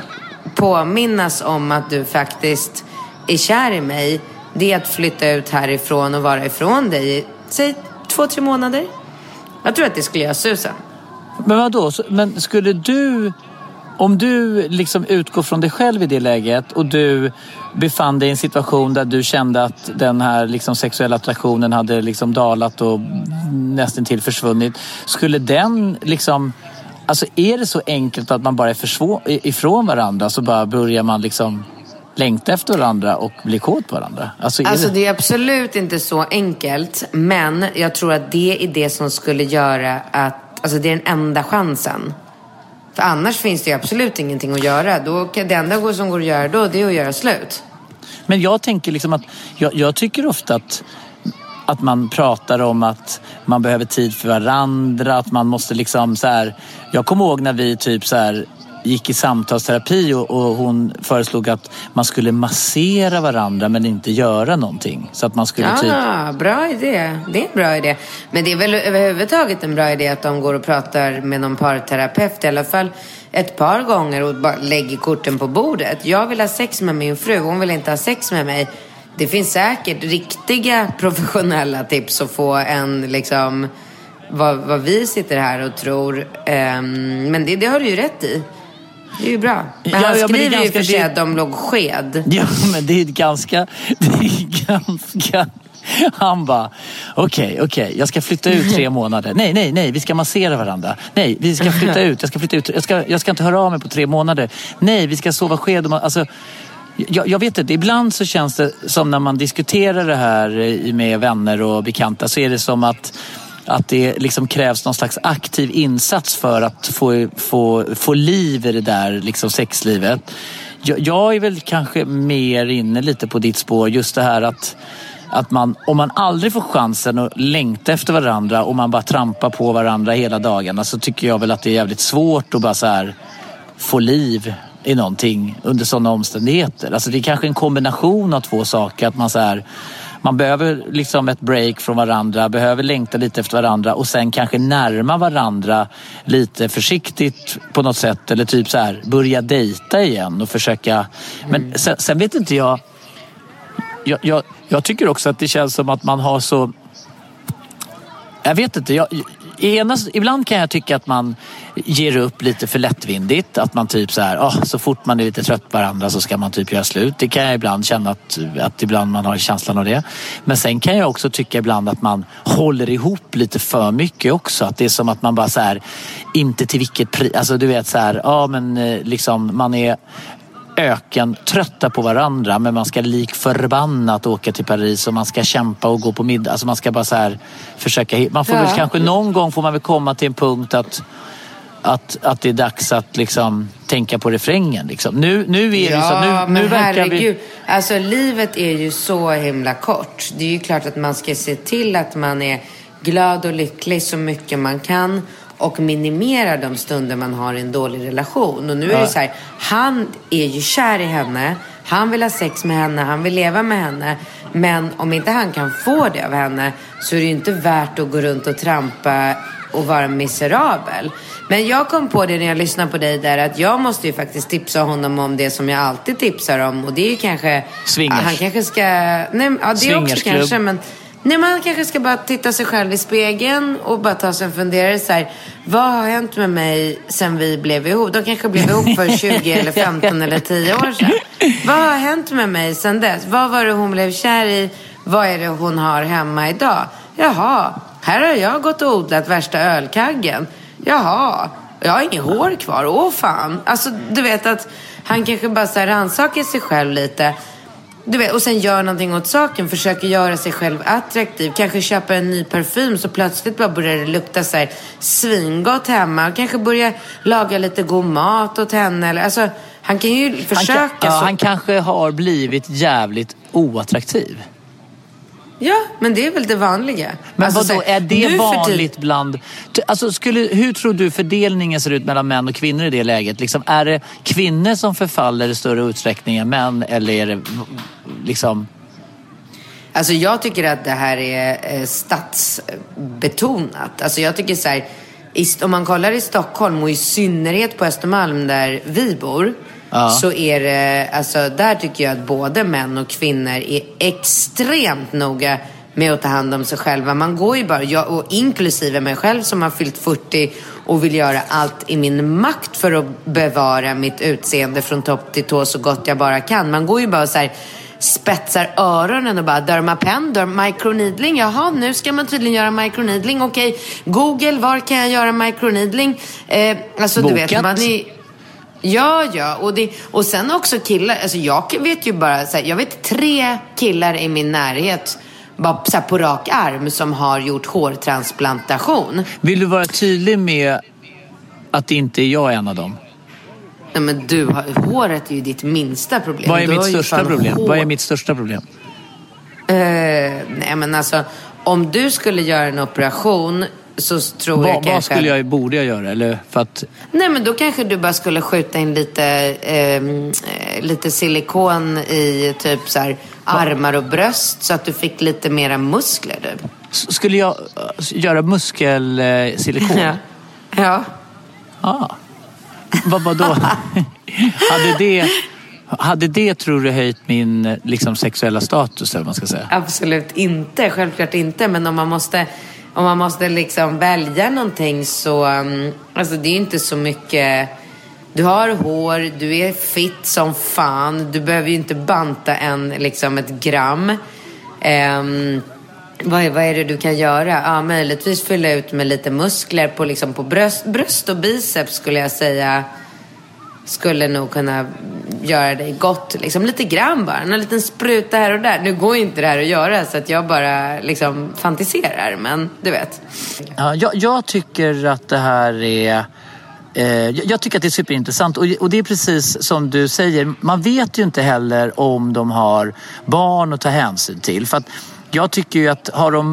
påminnas om att du faktiskt är kär i mig, det är att flytta ut härifrån och vara ifrån dig i, säg, två, tre månader. Jag tror att det skulle göra susen.
Men vadå? Men skulle du, om du liksom utgår från dig själv i det läget och du befann dig i en situation där du kände att den här liksom sexuella attraktionen hade liksom dalat och nästan till försvunnit, skulle den liksom, alltså är det så enkelt att man bara är försvå- ifrån varandra så bara börjar man liksom längta efter varandra och bli kåt på varandra? Alltså, är
alltså
det...
det är absolut inte så enkelt, men jag tror att det är det som skulle göra att, alltså det är den enda chansen. För annars finns det ju absolut ingenting att göra. Då kan det enda som går att göra då, det är att göra slut.
Men jag tänker liksom att jag, jag tycker ofta att att man pratar om att man behöver tid för varandra, att man måste liksom så här, jag kommer ihåg när vi typ så här gick i samtalsterapi och, och hon föreslog att man skulle massera varandra men inte göra någonting. Så att man skulle typ...
Ja, bra idé. Det är en bra idé. Men det är väl överhuvudtaget en bra idé att de går och pratar med någon parterapeut i alla fall ett par gånger och bara lägger korten på bordet. Jag vill ha sex med min fru, hon vill inte ha sex med mig. Det finns säkert riktiga professionella tips att få en liksom vad, vad vi sitter här och tror. Um, men det, det har du ju rätt i. Det är ju bra. Men
ja,
han
ja,
skriver
men
ju för sig
det...
att de låg sked.
Ja, men det är ganska... Det är ganska... Han bara, okej, okay, okej, okay, jag ska flytta ut tre månader. Nej, nej, nej, vi ska massera varandra. Nej, vi ska flytta ut, jag ska flytta ut. Jag ska, jag ska inte höra av mig på tre månader. Nej, vi ska sova sked. Alltså, jag, jag vet inte, ibland så känns det som när man diskuterar det här med vänner och bekanta så är det som att att det liksom krävs någon slags aktiv insats för att få, få, få liv i det där liksom sexlivet. Jag, jag är väl kanske mer inne lite på ditt spår, just det här att, att man, om man aldrig får chansen att längta efter varandra och man bara trampar på varandra hela dagarna, så tycker jag väl att det är jävligt svårt att bara så här få liv i någonting under sådana omständigheter. Alltså det är kanske en kombination av två saker, att man så här, man behöver liksom ett break från varandra, behöver längta lite efter varandra och sen kanske närma varandra lite försiktigt på något sätt, eller typ så här börja dejta igen och försöka. Men mm. sen, sen vet inte jag, jag, jag jag tycker också att det känns som att man har så, jag vet inte, jag Enas, ibland kan jag tycka att man ger upp lite för lättvindigt. Att man typ så här, oh, så fort man är lite trött på varandra så ska man typ göra slut. Det kan jag ibland känna att, att ibland man har känslan av det. Men sen kan jag också tycka ibland att man håller ihop lite för mycket också. Att det är som att man bara så här, inte till vilket pris. Alltså du vet så här, ja men liksom man är öken trötta på varandra, men man ska lik förbannat åka till Paris och man ska kämpa och gå på middag. Alltså man ska bara så här försöka, man får ja. väl kanske någon gång får man väl komma till en punkt att att, att det är dags att liksom tänka på refrängen liksom. Nu, nu är det
ja,
så nu,
men
nu verkar
herregud,
vi...
alltså livet är ju så himla kort. Det är ju klart att man ska se till att man är glad och lycklig så mycket man kan och minimera de stunder man har i en dålig relation. Och nu är ja. det så här, han är ju kär i henne, han vill ha sex med henne, han vill leva med henne, men om inte han kan få det av henne så är det ju inte värt att gå runt och trampa och vara miserabel. Men jag kom på det när jag lyssnade på dig där, att jag måste ju faktiskt tipsa honom om det som jag alltid tipsar om, och det är ju kanske
Swingers.
Han kanske ska, nej, ja det är också kanske, men nej, man kanske ska bara titta sig själv i spegeln och bara ta sig en funderare så här, vad har hänt med mig sen vi blev ihop? De kanske blev ihop för tjugo eller femton eller tio år sedan. Vad har hänt med mig sen dess? Vad var det hon blev kär i? Vad är det hon har hemma idag? Jaha, här har jag gått och odlat värsta ölkaggen. Jaha, jag har inget hår kvar. Åh fan. Alltså du vet att han kanske bara så här rannsakar sig själv lite. Du vet, och sen gör någonting åt saken, försöker göra sig själv attraktiv, kanske köpa en ny parfym så plötsligt bara börjar det lukta så här svingott hemma, kanske börja laga lite god mat åt henne, eller alltså han kan ju försöka. Han, kan,
ja,
så...
han kanske har blivit jävligt oattraktiv.
Ja, men det är väl det vanliga.
Men
alltså,
vadå, är det vanligt bland... Alltså, skulle, hur tror du fördelningen ser ut mellan män och kvinnor i det läget? Liksom, är det kvinnor som förfaller i större utsträckning än män? Eller är det liksom...
Alltså jag tycker att det här är eh, stadsbetonat. Alltså jag tycker så här, i, om man kollar i Stockholm och i synnerhet på Östermalm där vi bor, ja. Så är det, alltså där tycker jag att både män och kvinnor är extremt noga med att ta hand om sig själva. Man går ju bara, jag, och inklusive mig själv som har fyllt fyrtio och vill göra allt i min makt för att bevara mitt utseende från topp till tå så gott jag bara kan. Man går ju bara så här, spetsar öronen och bara Dermapen, derm, microneedling. Jaha, nu ska man tydligen göra microneedling. Okej, Google, var kan jag göra microneedling? Eh, alltså
Bokat.
Du vet, man är... Ja, ja, och, det, och sen också killar, alltså jag vet ju bara så här, jag vet tre killar i min närhet bara så här, på rak arm som har gjort hårtransplantation.
Vill du vara tydlig med att inte jag är en av dem?
Nej, men du, håret är ju ditt minsta problem.
Vad är
du
mitt största problem?
Hår...
Vad är mitt största problem?
Uh, nej, men alltså, om du skulle göra en operation så tror Va, jag kanske...
Vad skulle jag, borde jag göra? Eller för att...
Nej, men då kanske du bara skulle skjuta in lite, eh, lite silikon i typ så här armar och bröst så att du fick lite mera muskler. Du.
Skulle jag göra muskelsilikon?
Ja. Ja.
Ah. Vad var då? hade det hade det tror du höjt min liksom sexuella status eller vad man ska säga?
Absolut inte, självklart inte, men om man måste om man måste liksom välja någonting så um, alltså det är inte så mycket. Du har hår, du är fit som fan, du behöver ju inte banta en liksom ett gram. Um, Vad är, vad är det du kan göra? Ja, möjligtvis fylla ut med lite muskler på, liksom på bröst, bröst och biceps skulle jag säga. Skulle nog kunna göra dig gott. Liksom lite grann bara. En liten spruta här och där. Nu går inte det här att göra så att jag bara liksom fantiserar. Men du vet.
Ja, jag, jag tycker att det här är... Eh, jag tycker att det är superintressant. Och, och det är precis som du säger. Man vet ju inte heller om de har barn att ta hänsyn till. För att jag tycker ju att har de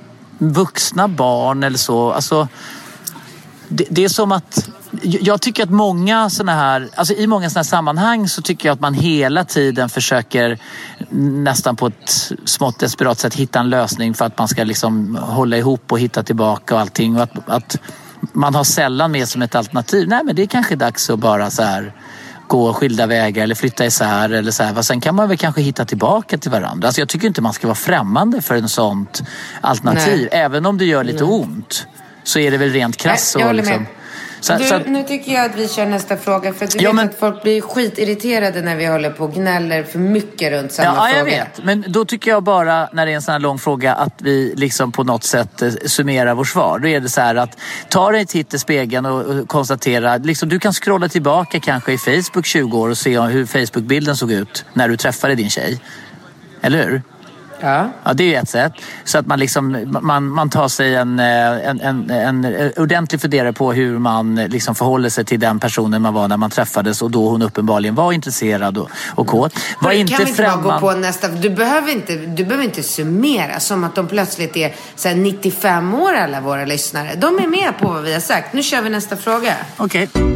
vuxna barn eller så, alltså det, det är som att jag tycker att många såna här, alltså i många såna här sammanhang så tycker jag att man hela tiden försöker nästan på ett smått desperat sätt hitta en lösning för att man ska liksom hålla ihop och hitta tillbaka och allting, och att, att man har sällan med som ett alternativ. Nej, men det är kanske dags att bara så här gå skilda vägar eller flytta isär eller så här. Sen kan man väl kanske hitta tillbaka till varandra. Alltså jag tycker inte man ska vara främmande för en sånt alternativ. Nej. Även om det gör lite Nej. ont så är det väl rent krass.
Jag, jag håller
liksom.
med.
Så,
du,
så att,
nu tycker jag att vi kör nästa fråga. För att du
ja,
vet
men,
att folk blir skitirriterade när vi håller på och gnäller för mycket runt samma
ja,
fråga.
Ja, jag vet. Men då tycker jag bara, när det är en sån här lång fråga, att vi liksom på något sätt eh, summerar vår svar. Då är det så här att ta dig en titt i spegeln och, och konstatera, liksom, du kan scrolla tillbaka kanske i Facebook tjugo år och se hur Facebook-bilden såg ut när du träffade din tjej. Eller hur?
Ja.
Ja, det är ju ett sätt. Så att man liksom man, man tar sig en, en, en, en ordentlig funderare på hur man liksom förhåller sig till den personen man var när man träffades, och då hon uppenbarligen var intresserad och, och kåt. Var
kan
inte
vi inte
främman...
bara gå på nästa? Du behöver inte, du behöver inte summera som att de plötsligt är så här nittiofem år, alla våra lyssnare. De är med på vad vi har sagt. Nu kör vi nästa fråga.
Okej. Okay.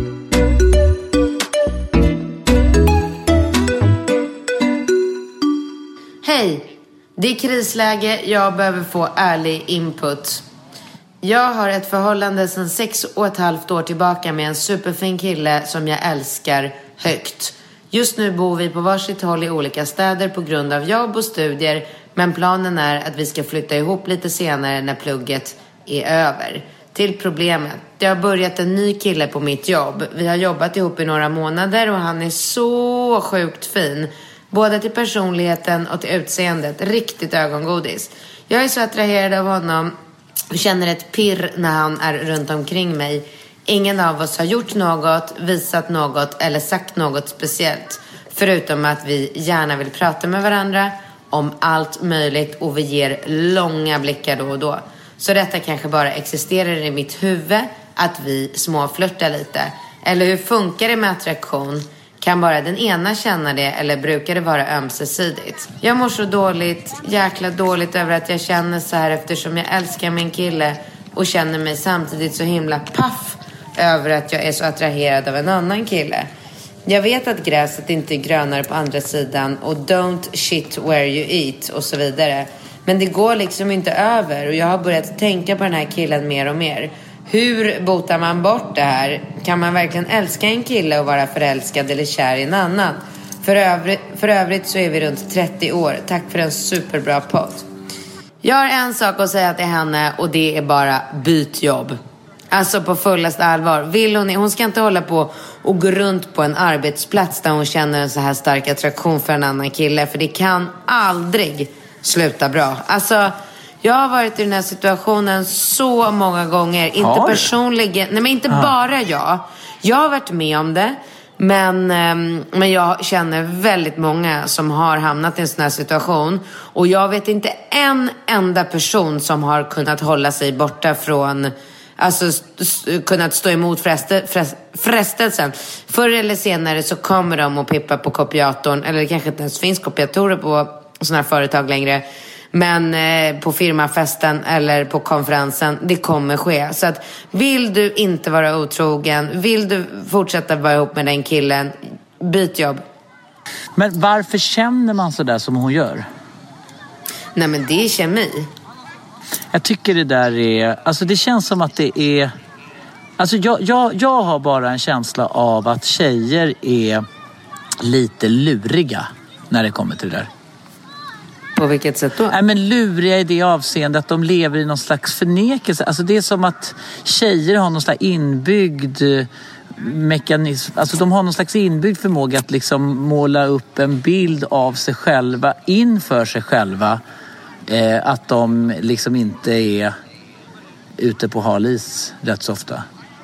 Hej. Det är krisläge, jag behöver få ärlig input. Jag har ett förhållande sedan sex och ett halvt år tillbaka med en superfin kille som jag älskar högt. Just nu bor vi på varsitt håll i olika städer på grund av jobb och studier, men planen är att vi ska flytta ihop lite senare när plugget är över. Till problemet. Det har börjat en ny kille på mitt jobb. Vi har jobbat ihop i några månader och han är så sjukt fin. Både till personligheten och till utseendet. Riktigt ögongodis. Jag är så attraherad av honom och känner ett pirr när han är runt omkring mig. Ingen av oss har gjort något, visat något eller sagt något speciellt. Förutom att vi gärna vill prata med varandra om allt möjligt och vi ger långa blickar då och då. Så detta kanske bara existerar i mitt huvud, att vi småflörtar lite. Eller hur funkar det med attraktion? Kan bara den ena känna det eller brukar det vara ömsesidigt? Jag mår så dåligt, jäkla dåligt över att jag känner så här eftersom jag älskar min kille och känner mig samtidigt så himla paff över att jag är så attraherad av en annan kille. Jag vet att gräset inte är grönare på andra sidan och don't shit where you eat och så vidare. Men det går liksom inte över. Och jag har börjat tänka på den här killen mer och mer. Hur botar man bort det här? Kan man verkligen älska en kille och vara förälskad eller kär i en annan? För övrigt, för övrigt så är vi runt trettio år. Tack för en superbra podd. Jag har en sak att säga till henne, och det är bara byt jobb. Alltså på fullast allvar. Vill hon, hon ska inte hålla på och gå runt på en arbetsplats där hon känner en så här stark attraktion för en annan kille. För det kan aldrig sluta bra. Alltså, jag har varit i den här situationen så många gånger. Inte har personligen, nej men inte ah. bara jag. Jag har varit med om det. Men, men jag känner väldigt många som har hamnat i en sån här situation. Och jag vet inte en enda person som har kunnat hålla sig borta från... Alltså st- kunnat stå emot freste- frest- frestelsen. Förr eller senare så kommer de att pippa på kopiatorn. Eller det kanske inte ens finns kopiatorer på sådana här företag längre. Men eh, på firmafesten eller på konferensen, det kommer ske. Så att vill du inte vara otrogen, vill du fortsätta vara ihop med den killen, byt jobb.
Men varför känner man så där som hon gör?
Nej men det är kemi.
Jag tycker det där är... Alltså det känns som att det är... Alltså jag, jag, jag har bara en känsla av att tjejer är lite luriga när det kommer till det där.
På vilket sätt då?
Nej, men luriga i det avseende att de lever i någon slags förnekelse. Alltså det är som att tjejer har någon slags inbyggd mekanism. Alltså de har någon slags inbyggd förmåga att liksom måla upp en bild av sig själva inför sig själva. Eh, att de liksom inte är ute på halis rätt så ofta.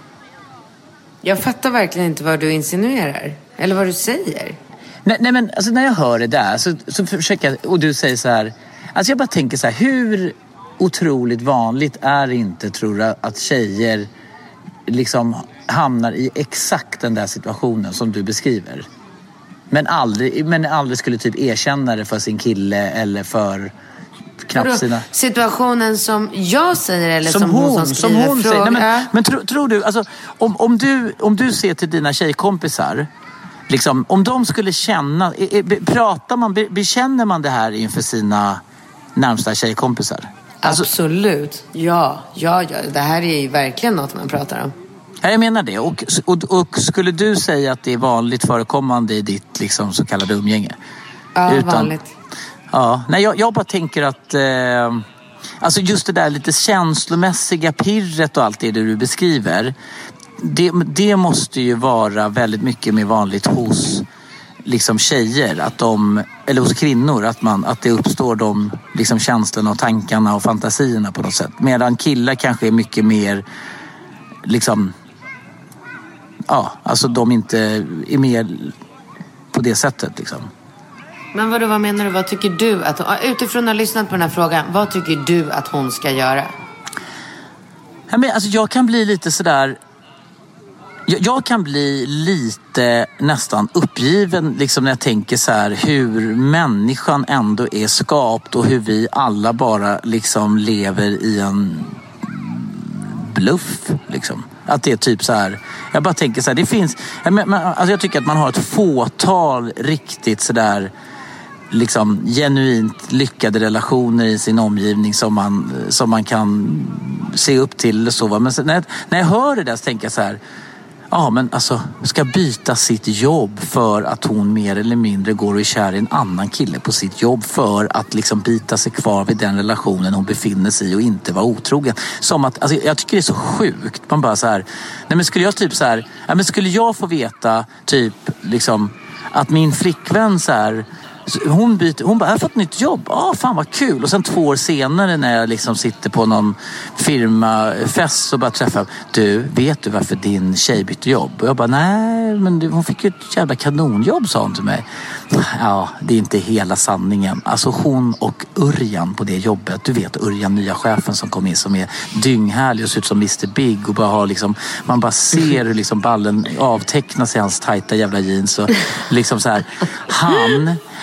Jag fattar verkligen inte vad du insinuerar. Eller vad du säger.
Nej, nej men alltså när jag hör det där så, så försöker jag, och du säger så här, alltså jag bara tänker så här, hur otroligt vanligt är det inte, tror jag, att tjejer liksom hamnar i exakt den där situationen som du beskriver. Men aldrig, men aldrig skulle typ erkänna det för sin kille eller för knappt sina...
Situationen som jag säger eller som, som hon, hon som skriver
som hon
fråga.
Säger. Nej, men men tro, tror du, alltså om, om du om du ser till dina tjejkompisar, liksom, om de skulle känna, pratar man, bekänner man det här inför sina närmsta tjejkompisar?
Alltså, absolut, ja, ja, ja, det här är ju verkligen något man pratar om.
Ja, jag menar det. Och, och, och skulle du säga att det är vanligt förekommande i ditt liksom, så kallade umgänge?
Ja, Utan, vanligt.
Ja, nej, jag, jag bara tänker att eh, alltså just det där lite känslomässiga pirret och allt det du beskriver, det, det måste ju vara väldigt mycket mer vanligt hos liksom tjejer, att de, eller hos kvinnor, att, man, att det uppstår de liksom känslorna och tankarna och fantasierna på något sätt. Medan killar kanske är mycket mer liksom, ja, alltså de inte är mer på det sättet liksom.
Men vadå, vad menar du? Vad tycker du att, utifrån att ha lyssnat på den här frågan, vad tycker du att hon ska göra?
Ja, men alltså jag kan bli lite sådär, jag, jag kan bli lite nästan uppgiven liksom när jag tänker så här hur människan ändå är skapt och hur vi alla bara liksom lever i en bluff liksom. Att det är typ så här, jag bara tänker så här, det finns, alltså jag tycker att man har ett fåtal riktigt så där liksom genuint lyckade relationer i sin omgivning som man, som man kan se upp till och så. Men när jag, när jag hör det där så tänker jag så här, ja men alltså ska byta sitt jobb för att hon mer eller mindre går och är kär i en annan kille på sitt jobb för att liksom bita sig kvar vid den relationen hon befinner sig i och inte vara otrogen. Som att, alltså jag tycker det är så sjukt. Man bara så här, nej men skulle jag typ så här, ja men skulle jag få veta typ liksom att min flickvän så här, hon byter, hon bara, jag har fått nytt jobb. Ja, ah, fan vad kul. Och sen två år senare när jag liksom sitter på någon firmafest så bara träffar, du, vet du varför din tjej bytte jobb? Och jag bara, nej, men hon fick ju ett jävla kanonjobb, sa hon till mig. Ja, det är inte hela sanningen. Alltså hon och Örjan på det jobbet, du vet Örjan, nya chefen som kom in, som är dynghärlig och ser ut som mister Big och bara har liksom, man bara ser hur liksom ballen avtecknas i hans tajta jävla jeans och liksom så här, han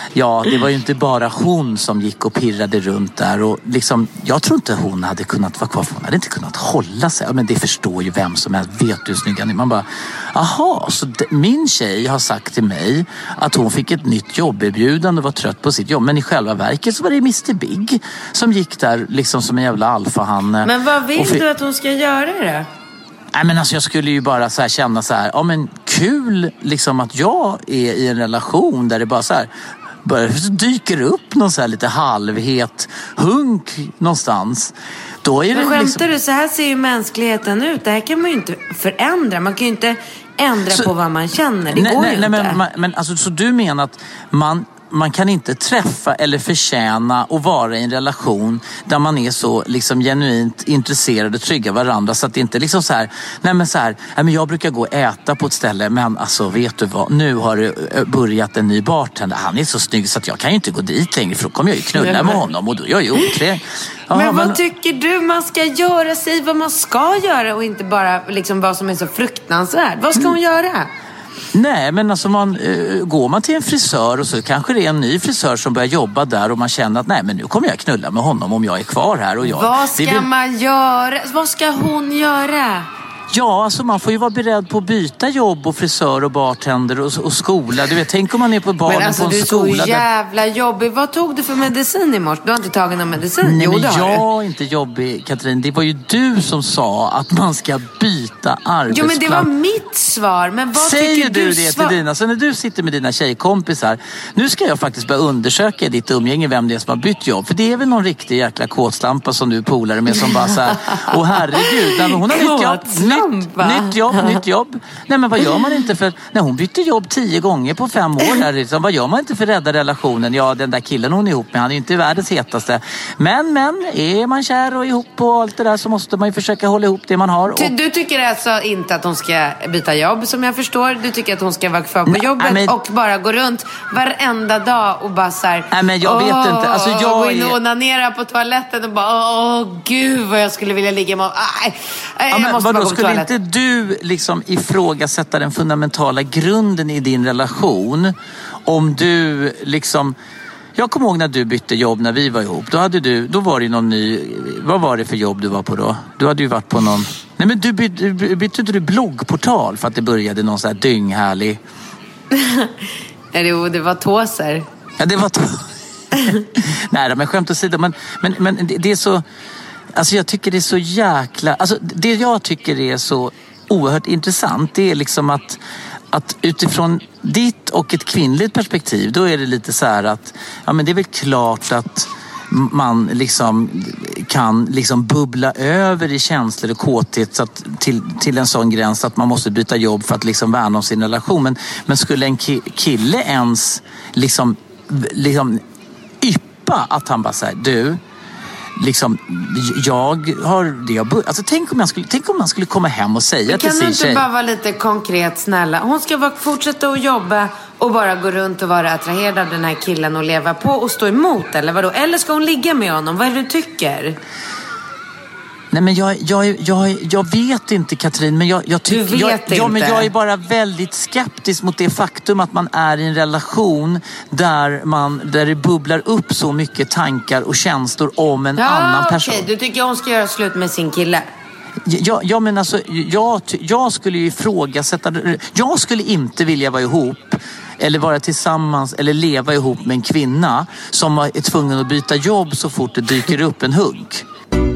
Ja, det var ju inte bara hon som gick och pirrade runt där. Och liksom, jag tror inte hon hade kunnat vara kvar. Hon hade inte kunnat hålla sig. Men det förstår ju vem som helst. Vet du snygga ni? Man bara, aha, så d- min tjej har sagt till mig att hon fick ett nytt jobberbjudande och var trött på sitt jobb. Men i själva verket så var det mister Big som gick där liksom som en jävla alfahanne.
Men vad vill
fi-
du att hon ska göra då?
Nej, men alltså jag skulle ju bara så här känna så här, ja men kul liksom att jag är i en relation där det bara så här bara dyker upp någon så här lite halvhet hunk någonstans. Då är det
men skämtar
liksom...
du? Så här ser ju mänskligheten ut. Det här kan man ju inte förändra. Man kan ju inte ändra så... på vad man känner. Det
nej,
går
nej,
ju
nej,
inte.
Men, man, men alltså så du menar att man man kan inte träffa eller förtjäna och vara i en relation där man är så liksom genuint intresserad och trygga varandra så att det inte liksom så här, nej men så här, nej men jag brukar gå och äta på ett ställe men alltså vet du vad, nu har det börjat en ny bartender, han är så snygg så att jag kan ju inte gå dit längre för då kommer jag ju knulla nej, med honom och då är jag ju otrevlig.
Men vad men... tycker du man ska göra? Säg vad man ska göra och inte bara liksom vad som är så fruktansvärt. Vad ska hon göra?
Nej, men alltså man, uh, går man till en frisör och så kanske det är en ny frisör som börjar jobba där och man känner att nej men nu kommer jag knulla med honom om jag är kvar här. Och jag,
vad ska
vill...
man göra? Vad ska hon göra?
Ja, alltså man får ju vara beredd på att byta jobb och frisör och bartender och, och skola. Du vet, tänk om man är på barnen
men alltså,
på en
du
skola.
Men alltså du är så jävla jobbig. Vad tog du för medicin i morse? Du har inte tagit någon medicin?
Nej,
jo,
men
det
jag är inte jobbig, Katrin. Det var ju du som sa att man ska byta arbetsplats.
Jo, men det var mitt svar. Men vad
säger
tycker
du
du
det
svar...
till dina? Så när du sitter med dina tjejkompisar, nu ska jag faktiskt börja undersöka i ditt umgänge vem det är som har bytt jobb. För det är väl någon riktig jäkla kåtslampa som du polare med som bara så här, åh herregud, när hon har nytt jobb, nytt, nytt jobb, nytt jobb. Nej, men vad gör man inte för, när hon bytte jobb tio gånger på fem år här, liksom, vad gör man inte för rädda relationen? Ja, den där killen hon är ihop med, han är ju inte världens hetaste. Men, men, är man kär och ihop och allt det där så måste man ju försöka hålla ihop det man har. Och...
Du tycker alltså inte att hon ska byta jobb som jag förstår. Du tycker att hon ska vara kvar på
nej,
jobbet
men...
och bara gå runt varenda dag och bara så här,
nej, men jag vet
åh,
inte. Alltså, jag
gå in och
är...
onanera på toaletten och bara, åh gud vad jag skulle vilja ligga med. Aj, aj, jag
ja, men,
måste
vadå,
bara gå på
skulle
toaletten.
inte du liksom ifrågasätta den fundamentala grunden i din relation om du liksom... Jag kommer ihåg när du bytte jobb när vi var ihop. Då hade du, då var det någon ny... Vad var det för jobb du var på då? Du hade ju varit på någon... Nej, men du bytte, bytte inte du bloggportal för att det började någon så här dynghärlig...
Jo, det var tåser.
Ja, det var tåser. Nej, men skämt åsido. Men, men, men det, det är så... Alltså jag tycker det är så jäkla... Alltså det jag tycker är så oerhört intressant, det är liksom att... att utifrån ditt och ett kvinnligt perspektiv, då är det lite så här att ja, men det är väl klart att man liksom kan liksom bubbla över i känslor och kåthet så att till, till en sån gräns att man måste byta jobb för att liksom värna om sin relation. Men, men skulle en ki- kille ens liksom, liksom yppa att han bara säger du liksom, jag har det jag bör- alltså tänk om jag skulle tänk om man skulle komma hem och säga
men
till sin tjej.
kan du inte bara vara lite konkret, snälla? Hon ska bara fortsätta att jobba och bara gå runt och vara attraherad av den här killen och leva på och stå emot, eller vadå? Eller ska hon ligga med honom? Vad är det du tycker?
Nej, men jag, jag, jag, jag vet inte, Katrin, men jag, jag tycker...
Du vet
jag,
inte.
Ja, men jag är bara väldigt skeptisk mot det faktum att man är i en relation där, man, där det bubblar upp så mycket tankar och känslor om en
ja,
annan person.
Okej, du tycker hon ska göra slut med sin kille?
Ja, ja, men alltså, jag, jag skulle ju ifrågasätta... Jag skulle inte vilja vara ihop eller vara tillsammans eller leva ihop med en kvinna som är tvungen att byta jobb så fort det dyker upp en hugg.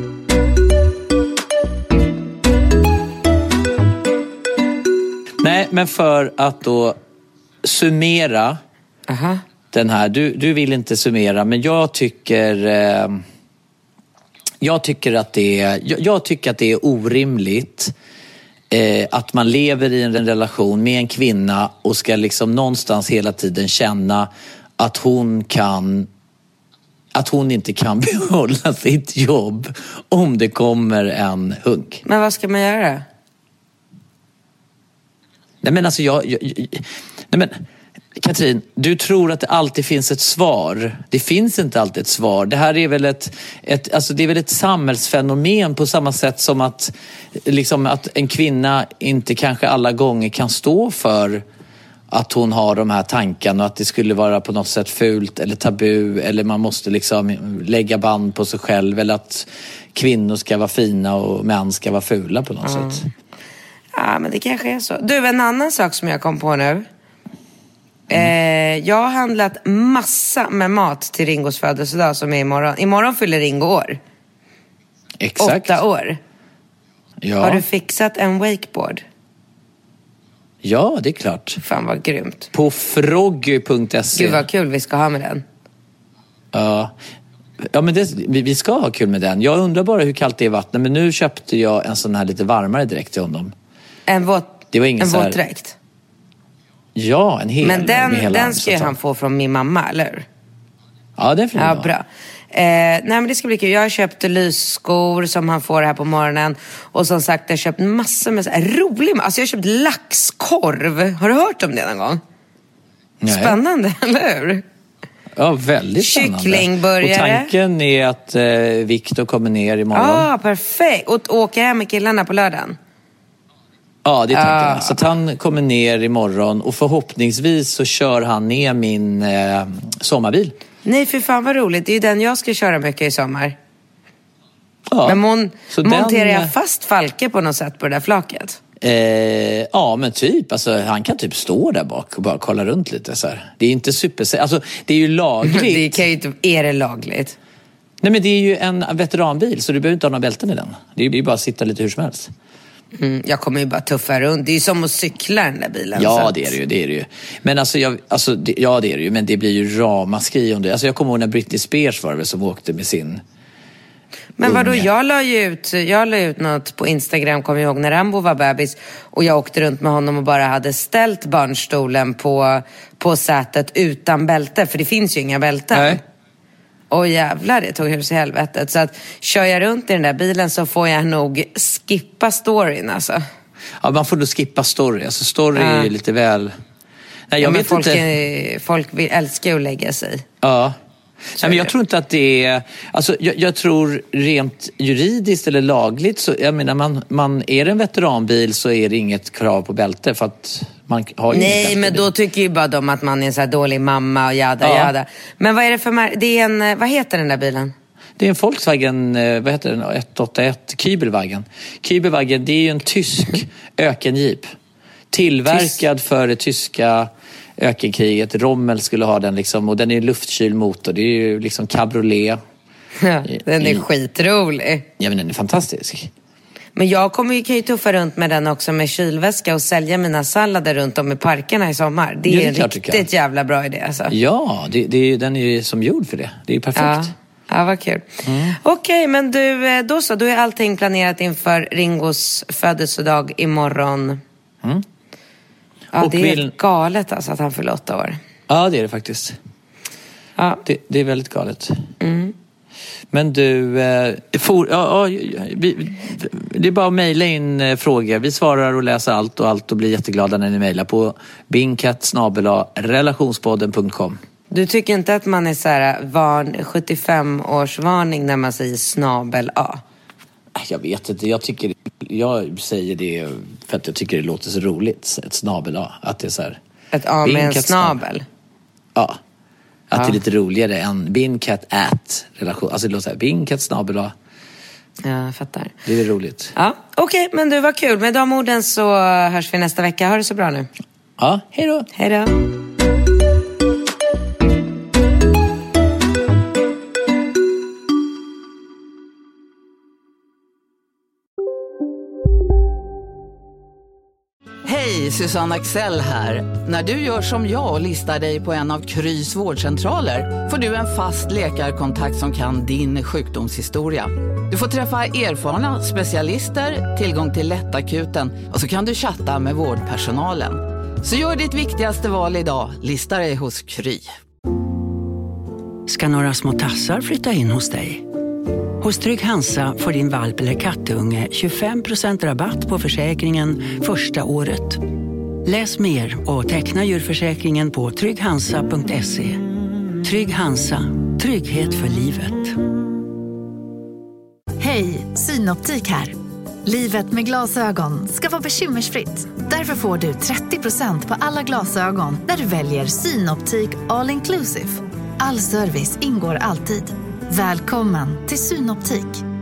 Nej, men för att då summera uh-huh. den här. Du, du vill inte summera, men jag tycker eh, jag tycker att det är jag, jag tycker att det är orimligt eh, att man lever i en relation med en kvinna och ska liksom någonstans hela tiden känna att hon kan att hon inte kan behålla sitt jobb om det kommer en hunk.
Men vad ska man göra?
Nej, men alltså jag, jag, jag nej men Katrin, du tror att det alltid finns ett svar. Det finns inte alltid ett svar. Det här är väl ett, ett alltså det är väl ett samhällsfenomen på samma sätt som att liksom att en kvinna inte kanske alla gånger kan stå för att hon har de här tankarna och att det skulle vara på något sätt fult eller tabu eller man måste liksom lägga band på sig själv eller att kvinnor ska vara fina och män ska vara fula på något mm. sätt.
Ja, men det kanske är så. Du, en annan sak som jag kom på nu. Mm. Eh, jag har handlat massa med mat till Ringos födelsedag som är imorgon. Imorgon fyller Ringo år.
Exakt.
Åtta år.
Ja.
Har du fixat en wakeboard?
Ja, det är klart.
Fan vad grymt.
På froggy punkt se.
Gud vad kul vi ska ha med den.
Ja, ja men det, vi, vi ska ha kul med den. Jag undrar bara hur kallt det är i vattnet. Men nu köpte jag en sån här lite varmare direkt till honom.
En våt,
det var ingen
en
så här...
våtdräkt?
Ja, en hel.
Men den,
hela
den ska ju han få från min mamma, eller hur?
Ja, det får
ja, bra. Eh, nej men det ska bli kul. Jag har köpt lysskor som han får här på morgonen. Och som sagt, jag har köpt massor med så här rolig. Alltså jag har köpt laxkorv. Har du hört om det någon gång? Nej. Spännande, eller hur?
Ja, väldigt spännande.
Kycklingburgare.
Och tanken är att eh, Victor kommer ner imorgon.
Ja, ah, perfekt. Och åker hem med killarna på lördagen.
Ja, det är tanken. Ah. Så att han kommer ner imorgon och förhoppningsvis så kör han ner min eh, sommarbil.
Nej, för fan vad roligt. Det är ju den jag ska köra mycket i sommar.
Ja,
men mon- monterar
den...
jag fast Falke på något sätt på det där flaket?
Eh, ja, men typ. Alltså, han kan typ stå där bak och bara kolla runt lite. Så här. Det är inte super... Alltså, det är ju lagligt.
det kan ju inte... Är det lagligt?
Nej, men det är ju en veteranbil så du behöver inte ha några bälten i den. Det är ju bara att sitta lite hur som helst.
Mm, jag kommer ju bara tuffa runt. Det är ju som att cykla den där bilen.
Ja,
så att...
det är det ju, det är det ju. Men alltså, jag, alltså det, ja det är det ju. Men det blir ju ramaskri om det. Alltså jag kommer ihåg när Britney Spears var det som åkte med sin...
Men vadå, jag la ju ut, jag la ut något på Instagram, kommer jag ihåg, när Rambo var bebis. Och jag åkte runt med honom och bara hade ställt barnstolen på, på sätet utan bälte. För det finns ju inga bälten.
Nej.
Och jävlar, det tog hus i helvetet. Så att kör jag runt i den där bilen så får jag nog skippa storyn alltså.
Ja, man får nog skippa story. Alltså story ja. är ju lite väl... Nej, jag ja, vet
folk,
inte.
Är, folk vill, älskar att lägga sig.
Ja. Nej, men jag tror inte att det är... Alltså, jag, jag tror rent juridiskt eller lagligt så... Jag menar, man, man, är det en veteranbil så är det inget krav på bälte för att man har ju
Nej, men då tycker ju bara de att man är en så här dålig mamma och jada, ja. jada. Men vad är det för... Mar- det är en... Vad heter den där bilen?
Det är en Volkswagen, vad heter den? ett åtta ett Kübelwagen. Kübelwagen, det är ju en tysk ökenjeep. Tillverkad Tysk. för det tyska ökenkriget. Rommel skulle ha den liksom. Och den är en luftkyld motor. Det är ju liksom cabriolet.
Ja, den är I, skitrolig.
Ja, men den är fantastisk.
Men jag kommer ju, kan ju tuffa runt med den också med kylväska och sälja mina sallader runt om i parkerna i sommar. Det är, ja, det är en riktigt jävla bra idé alltså.
Ja, det, det, den är ju som gjord för det. Det är ju perfekt.
Ja. Ja, vad kul. Mm. Okej, okay, men du, då så. Då är allting planerat inför Ringos födelsedag imorgon.
Mm.
Ja,
och
det är
vill...
galet alltså att han fyller åtta år.
Ja, det är det faktiskt.
Ja.
Det, det är väldigt galet.
Mm.
Men du, eh, for, ja, ja, vi, det är bara att mejla in eh, frågor. Vi svarar och läser allt och allt och blir jätteglada när ni mejlar på bingkat snabel-a relationspodden punkt com.
Du tycker inte att man är så här varn, sjuttiofem-årsvarning när man säger snabel A?
Jag vet inte, jag tycker jag säger det för att jag tycker det låter så roligt, ett snabel A, att det är så här.
Ett A med en snabel.
Ja. Att
ja.
det är lite roligare än bingkat at relation. Alltså det låter så här, bingkat snabel A.
Ja, jag fattar.
Det är roligt.
Ja, okej, okay, men du var kul. Med de orden så hörs vi nästa vecka. Ha det så bra nu.
Ja, hej då.
Hej då.
Hej, Susanne Axel här. När du gör som jag och listar dig på en av Krys vårdcentraler får du en fast läkarkontakt som kan din sjukdomshistoria. Du får träffa erfarna specialister, tillgång till lättakuten och så kan du chatta med vårdpersonalen. Så gör ditt viktigaste val idag, lista dig hos Kry.
Ska några små tassar flytta in hos dig? Hos Trygg Hansa får din valp eller kattunge tjugofem procent rabatt på försäkringen första året. Läs mer och teckna djurförsäkringen på trygg hansa punkt se. Trygg Hansa, trygghet för livet.
Hej, Synoptik här. Livet med glasögon ska vara bekymmersfritt. Därför får du trettio procent på alla glasögon när du väljer Synoptik All Inclusive. All service ingår alltid. Välkommen till Synoptik.